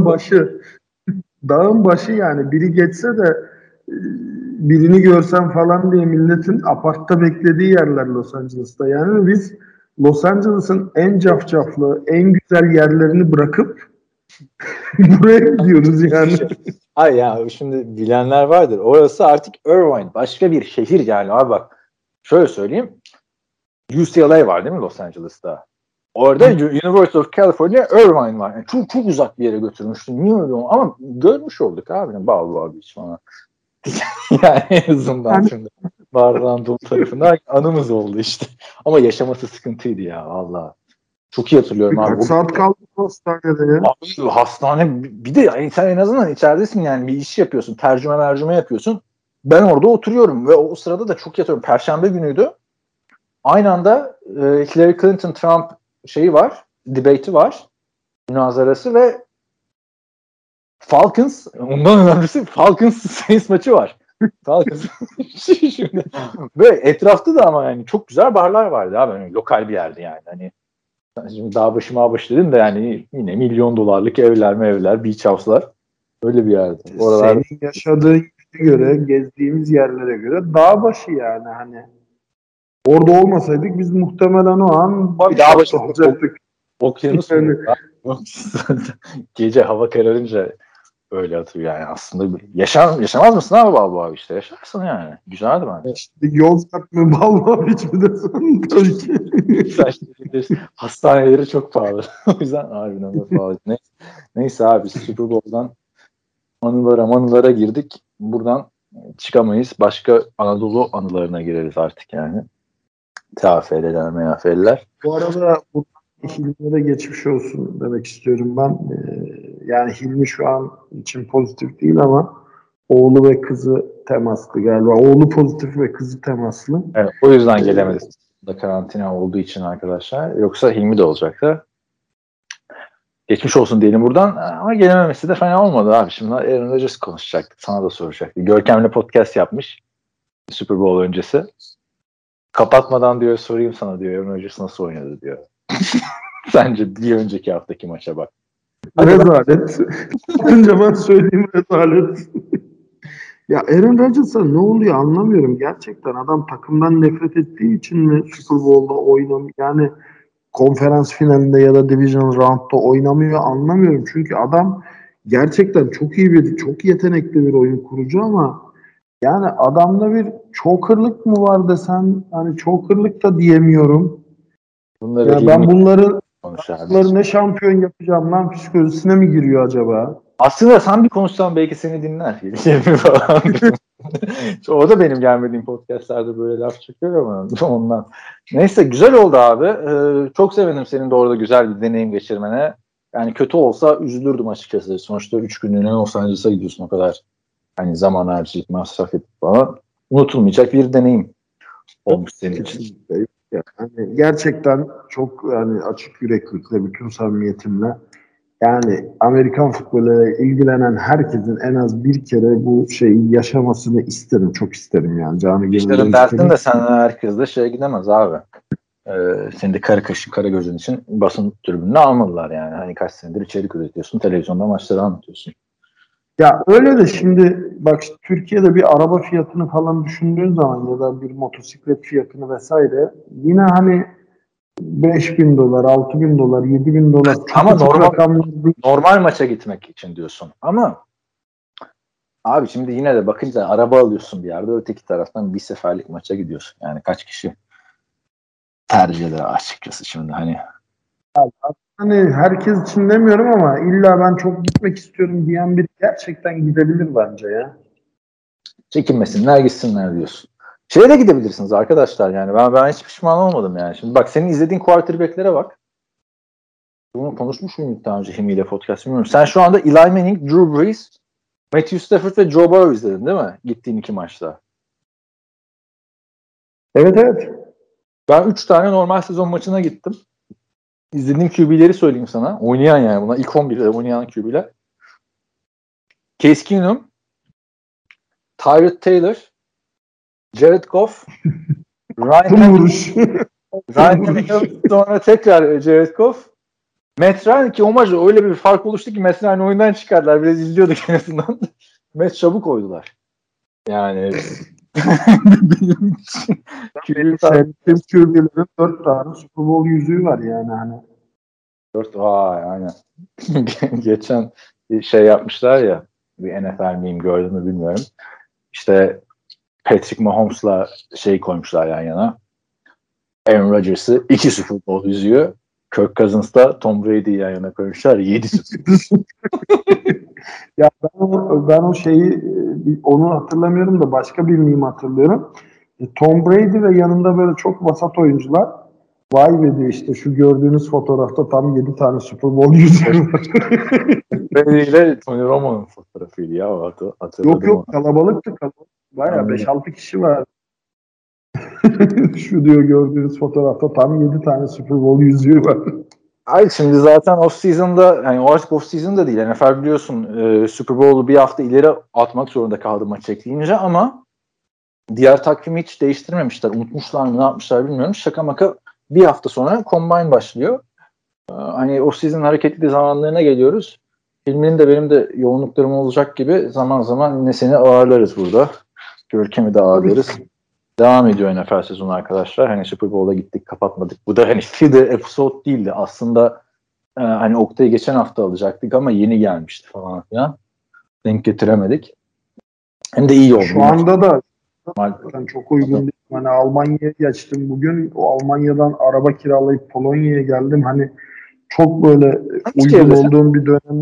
dağın başı yani biri geçse de birini görsem falan diye milletin apartta beklediği yerler Los Angeles'ta. Yani biz Los Angeles'ın en cafcaflı, en güzel yerlerini bırakıp buraya gidiyoruz yani. Ay ya şimdi bilenler vardır. Orası artık Irvine. Başka bir şehir yani. Abi bak şöyle söyleyeyim. UCLA var değil mi Los Angeles'ta? Orada University of California Irvine var. Yani çok çok uzak bir yere götürmüştüm. Niye öyle oldu? Ama görmüş olduk abi. Balboa Beach falan. Yani en azından şimdi bardağın dolu tarafında anımız oldu işte. Ama yaşaması sıkıntıydı ya valla. Çok iyi hatırlıyorum abi. Kaç saat kaldık hastanede ya? Abi hastane bir de yani sen en azından içeridesin yani bir iş yapıyorsun. Tercüme yapıyorsun. Ben orada oturuyorum ve o sırada da çok yatıyorum. Perşembe günüydü. Aynı anda Hillary Clinton Trump şeyi var. Debate'i var. Münazarası ve Falcons ondan önemlisi Falcons Saints maçı var. Falcons şimdi ve etrafta da ama yani çok güzel barlar vardı abi. Yani lokal bir yerdi yani. Hani şimdi dağ başı dedim de yani yine $1 milyon evler, beach house'lar öyle bir yerdi. Oralar... Senin yaşadığın yere göre, gezdiğimiz yerlere göre dağ başı yani hani. Orada olmasaydık biz muhtemelen o an dağ başı olacaktık. Okyanus gece hava kararınca öyle atıyor yani aslında. Yaşamaz mısın abi Balboa işte? Yaşarsın yani. Güzeldi bence. İşte Yozgat mı Balboa Beach mi desin tabii ki. Hastaneleri çok pahalı. O yüzden harbiden de pahalı. Neyse abi Super Bowl'dan anılara girdik. Buradan çıkamayız. Başka Anadolu anılarına gireriz artık yani. TFL'ler, MFL'ler. Bu arada bu Hilmi'ye geçmiş olsun demek istiyorum ben. Yani Hilmi şu an için pozitif değil ama oğlu ve kızı temaslı galiba. Oğlu pozitif ve kızı temaslı. Evet, o yüzden gelemedik. Da karantina olduğu için arkadaşlar. Yoksa Hilmi de olacaktı. Geçmiş olsun diyelim buradan. Ama gelememesi de fena olmadı abi. Şimdi Aaron Rodgers konuşacaktık. Sana da soracaktı. Görkem'le podcast yapmış. Super Bowl öncesi. Kapatmadan diyor sorayım sana diyor. Aaron Rodgers nasıl oynadı diyor. Sence bir önceki haftaki maça bak. Rezalet. Bakınca ben söyleyeyim rezalet. Ya Aaron Rodgers'a ne oluyor anlamıyorum. Gerçekten adam takımdan nefret ettiği için mi Super Bowl'da oynamıyor? Yani konferans finalinde ya da division round'da oynamıyor anlamıyorum. Çünkü adam gerçekten çok iyi çok yetenekli bir oyun kurucu ama yani adamda bir choker'lık mı var desen hani choker'lık da diyemiyorum. Ya ben bunları ne şampiyon yapacağım lan psikolojisine mi giriyor acaba? Aslında sen bir konuşsan belki seni dinler. O da benim gelmediğim podcastlerde böyle laf çekiyor ama ondan. Neyse güzel oldu abi. Çok sevindim senin de orada güzel bir deneyim geçirmene. Yani kötü olsa üzülürdüm açıkçası. Sonuçta 3 günlüğüne Los Angeles'a gidiyorsun o kadar. Hani zaman harcayıp masraf edip falan. Unutulmayacak bir deneyim olmuş senin için. Yani gerçekten çok yani açık yüreklilikle bütün samimiyetimle yani Amerikan futboluyla ilgilenen herkesin en az bir kere bu şeyi yaşamasını isterim. Çok isterim yani. İşlerin dersin de sen herkes de şeye gidemez abi. Senin de kara kaşın kara gözün için basın tribününe almadılar yani. Hani kaç senedir içerik üretiyorsun. Televizyonda maçları anlatıyorsun. Ya öyle de şimdi bak Türkiye'de bir araba fiyatını falan düşündüğün zaman ya da bir motosiklet fiyatını vesaire yine hani $5.000, $6.000, $7.000 çok ama normal maça gitmek için diyorsun. Ama abi şimdi yine de bakınca araba alıyorsun bir yerde öteki taraftan bir seferlik maça gidiyorsun. Yani kaç kişi tercih eder açıkçası şimdi hani. Hani herkes için demiyorum ama illa ben çok gitmek istiyorum diyen biri gerçekten gidebilir bence ya. Çekinmesinler gitsinler diyorsun. Şeye de gidebilirsiniz arkadaşlar yani. Ben hiç pişman olmadım yani. Şimdi bak senin izlediğin quarterback'lere bak. Bunu konuşmuş muyduk daha önce Hilmi ile podcast bilmiyorum. Sen şu anda Eli Manning, Drew Brees, Matthew Stafford ve Joe Burrow izledin değil mi? Gittiğin 2 maçta. Evet. Ben 3 tane normal sezon maçına gittim. İzlediğim QB'leri söyleyeyim sana. Oynayan yani buna. İlk 11'de oynayan QB'ler. Case Keenum, Tyrod Taylor, Jared Goff, Ryan Tannehill, sonra tekrar Jared Goff, Matt Ryan ki o maçta öyle bir fark oluştu ki Matt Ryan'ı oyundan çıkardılar. Biraz izliyorduk en azından. Matt çabuk koydular. Yani benim için QB'lerin 4 tane Super Bowl yüzüğü var yani hani. 4 vay aynen. Geçen bir şey yapmışlar ya bir NFL meme gördün mü bilmiyorum. İşte Patrick Mahomes'la şey koymuşlar yan yana. Aaron Rodgers'ı 2 Super Bowl yüzüğü. Kirk Cousins'da Tom Brady'yi yan yana koymuşlar. 7 Super Bowl. Ya ben o şeyi onu hatırlamıyorum da başka bir meme hatırlıyorum. Tom Brady ve yanında böyle çok vasat oyuncular. Vay be diyor işte şu gördüğünüz fotoğrafta tam 7 tane Super Bowl yüzüğü var. Brady ile Tony Romo'nun fotoğrafıydı ya. Hatırladım Yok kalabalıktı. Bayağı 5-6 kişi var. Şu diyor gördüğünüz fotoğrafta tam 7 tane Super Bowl yüzüğü var. Hayır şimdi zaten off-season'da yani o artık off-season'da değil. NFL biliyorsun Super Bowl'u bir hafta ileri atmak zorunda kaldı maç ekleyince ama diğer takvimi hiç değiştirmemişler. Unutmuşlar mı ne yapmışlar bilmiyorum. Şaka maka bir hafta sonra Combine başlıyor. Hani off-season hareketli zamanlarına geliyoruz. Filmin de benim de yoğunluklarım olacak gibi zaman zaman yine seni ağırlarız burada. Görkem'i de ağırlarız. Devam ediyor NFL sezonu arkadaşlar. Hani Super Bowl'a gittik kapatmadık. Bu da hani filler episode değildi. Aslında hani Oktay'ı geçen hafta alacaktık ama yeni gelmişti falan filan. Denk getiremedik. Hem de iyi oldu. Şu anda da çok uygun değil. Hani Almanya'ya geçtim bugün. O Almanya'dan araba kiralayıp Polonya'ya geldim. Hani çok böyle uygun olduğum bir dönem.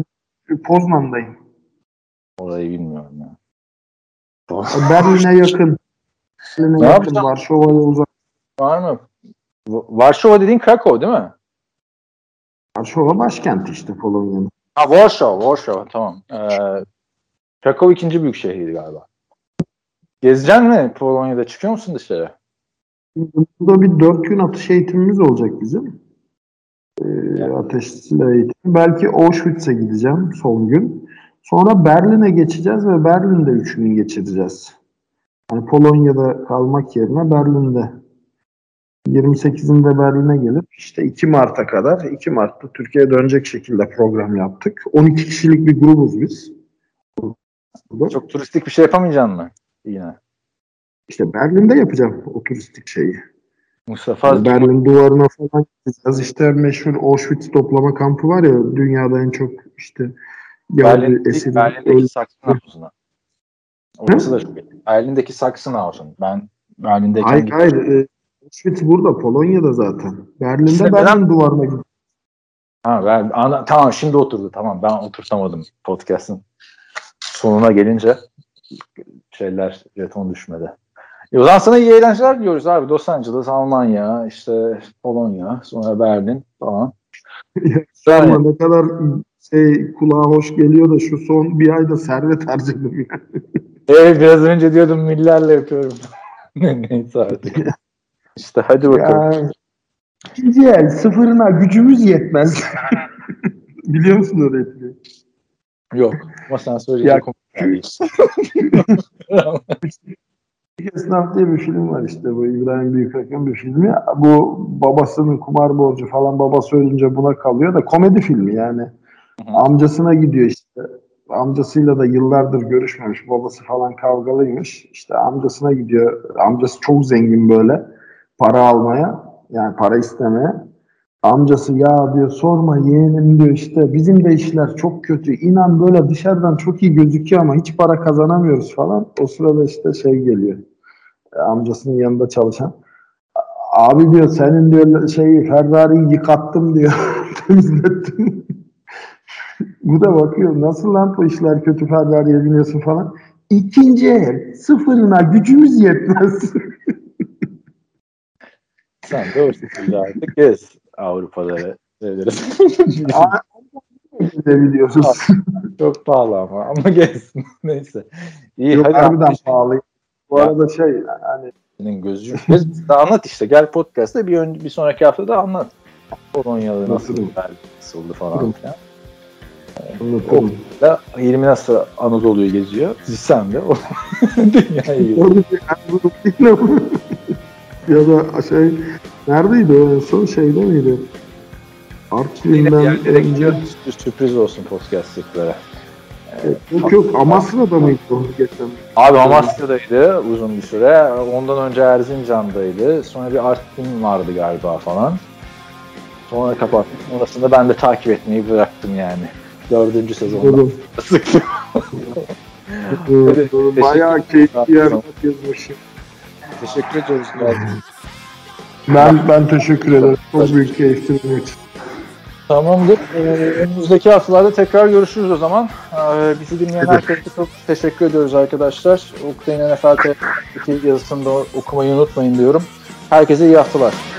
Poznan'dayım. Orayı bilmiyorum ya. Berlin'e yakın. Ne yapacaksın? Varşova'ya uzak. Var mı? Varşova dediğin Krakow değil mi? Varşova başkenti işte Polonya'nın. Ha, Warsaw tamam. Krakow ikinci büyük şehriydi galiba. Gezeceksin mi Polonya'da? Çıkıyor musun dışarı? Burada bir 4 gün atış eğitimimiz olacak bizim. Ateş silah eğitimi. Belki Auschwitz'e gideceğim son gün. Sonra Berlin'e geçeceğiz ve Berlin'de 3 gün geçireceğiz. Yani Polonya'da kalmak yerine Berlin'de. 28'inde Berlin'e gelip işte 2 Mart'a kadar 2 Mart'ta Türkiye'ye dönecek şekilde program yaptık. 12 kişilik bir grubuz biz. Çok turistik bir şey yapamayacaksın mı? Yine. İşte Berlin'de yapacağım o turistik şeyi. Mustafa Yani Berlin duvarına falan gideceğiz. İşte meşhur Auschwitz toplama kampı var ya, dünyada en çok işte Berlin'deki Sachsenhausen'a. Orası da çok iyi. Berlin'deki Sachsenhausen. Ben Berlin'deyken Hayır. Auschwitz burada, Polonya'da zaten. Berlin'de İşte Berlin duvarına gidiyor. Tamam, şimdi oturdu. Tamam, ben oturtamadım podcast'ın sonuna gelince jeton düşmedi. O zaman sana iyi eğlenceler diliyoruz abi. Los Angeles, Almanya, işte Polonya, sonra Berlin falan. Ama ne kadar kulağa hoş geliyor da şu son bir ayda servet harcadım yani. Evet, biraz önce diyordum millerle yapıyorum. Neyse artık. İşte hadi bakalım. Ya, sıfırına gücümüz yetmez. Biliyor musun o repliği? Yok. Ama sen söyleyecek Esnaf diye bir film var işte, bu İbrahim Büyükak'ın bir filmi. Bu babasının kumar borcu falan, babası ölünce buna kalıyor da komedi filmi yani. Amcasına gidiyor işte. Amcasıyla da yıllardır görüşmemiş. Babası falan kavgalıymış. İşte amcasına gidiyor. Amcası çok zengin böyle. Para almaya. Yani para istemeye. Amcası ya diyor, sorma yeğenim diyor, işte bizim de işler çok kötü. İnan böyle dışarıdan çok iyi gözüküyor ama hiç para kazanamıyoruz falan. O sırada işte geliyor. Amcasının yanında çalışan. Abi diyor, senin diyor Ferrari'yi yıkattım diyor. Temizlettim. Bu da bakıyor, nasıl lan bu işler kötü, Ferrari'ye biniyorsun falan. İkinci el, sıfırına gücümüz yetmez. Sen de o şekilde artık gez Avrupa'da. Gidebiliyorsunuz. Çok pahalı ama gez. Neyse. İyi, Yok, hadi harbiden pahalı. Bu arada hani senin gözün. Anlat işte, gel podcast'ta bir sonraki hafta da anlat. Polonyalı nasıldı falan filan. Okulda Hilmi nasıl Anadolu'yu geziyor? Sen de o dünyayı geziyor. Ya da neredeydi o en son, şeyde miydi? Artvin'den önce. Sürpriz olsun podcast'lıklara. Yok Amasya'da mıydı o geçen? Abi Amasya'daydı uzun bir süre. Ondan önce Erzincan'daydı. Sonra bir Artvin vardı galiba falan. Sonra kapattım. Orasında ben de takip etmeyi bıraktım yani. 4. sezonda sıktım. Bayağı keyifli yer yazmışım. Teşekkür ediyoruz. Ben teşekkür ederim. Çok büyük keyifli benim için. Tamamdır. Önümüzdeki haftalarda tekrar görüşürüz o zaman. Bizi dinleyen herkese çok teşekkür ediyoruz arkadaşlar. Oktay'ın NFL yazısını da okumayı unutmayın diyorum. Herkese iyi haftalar.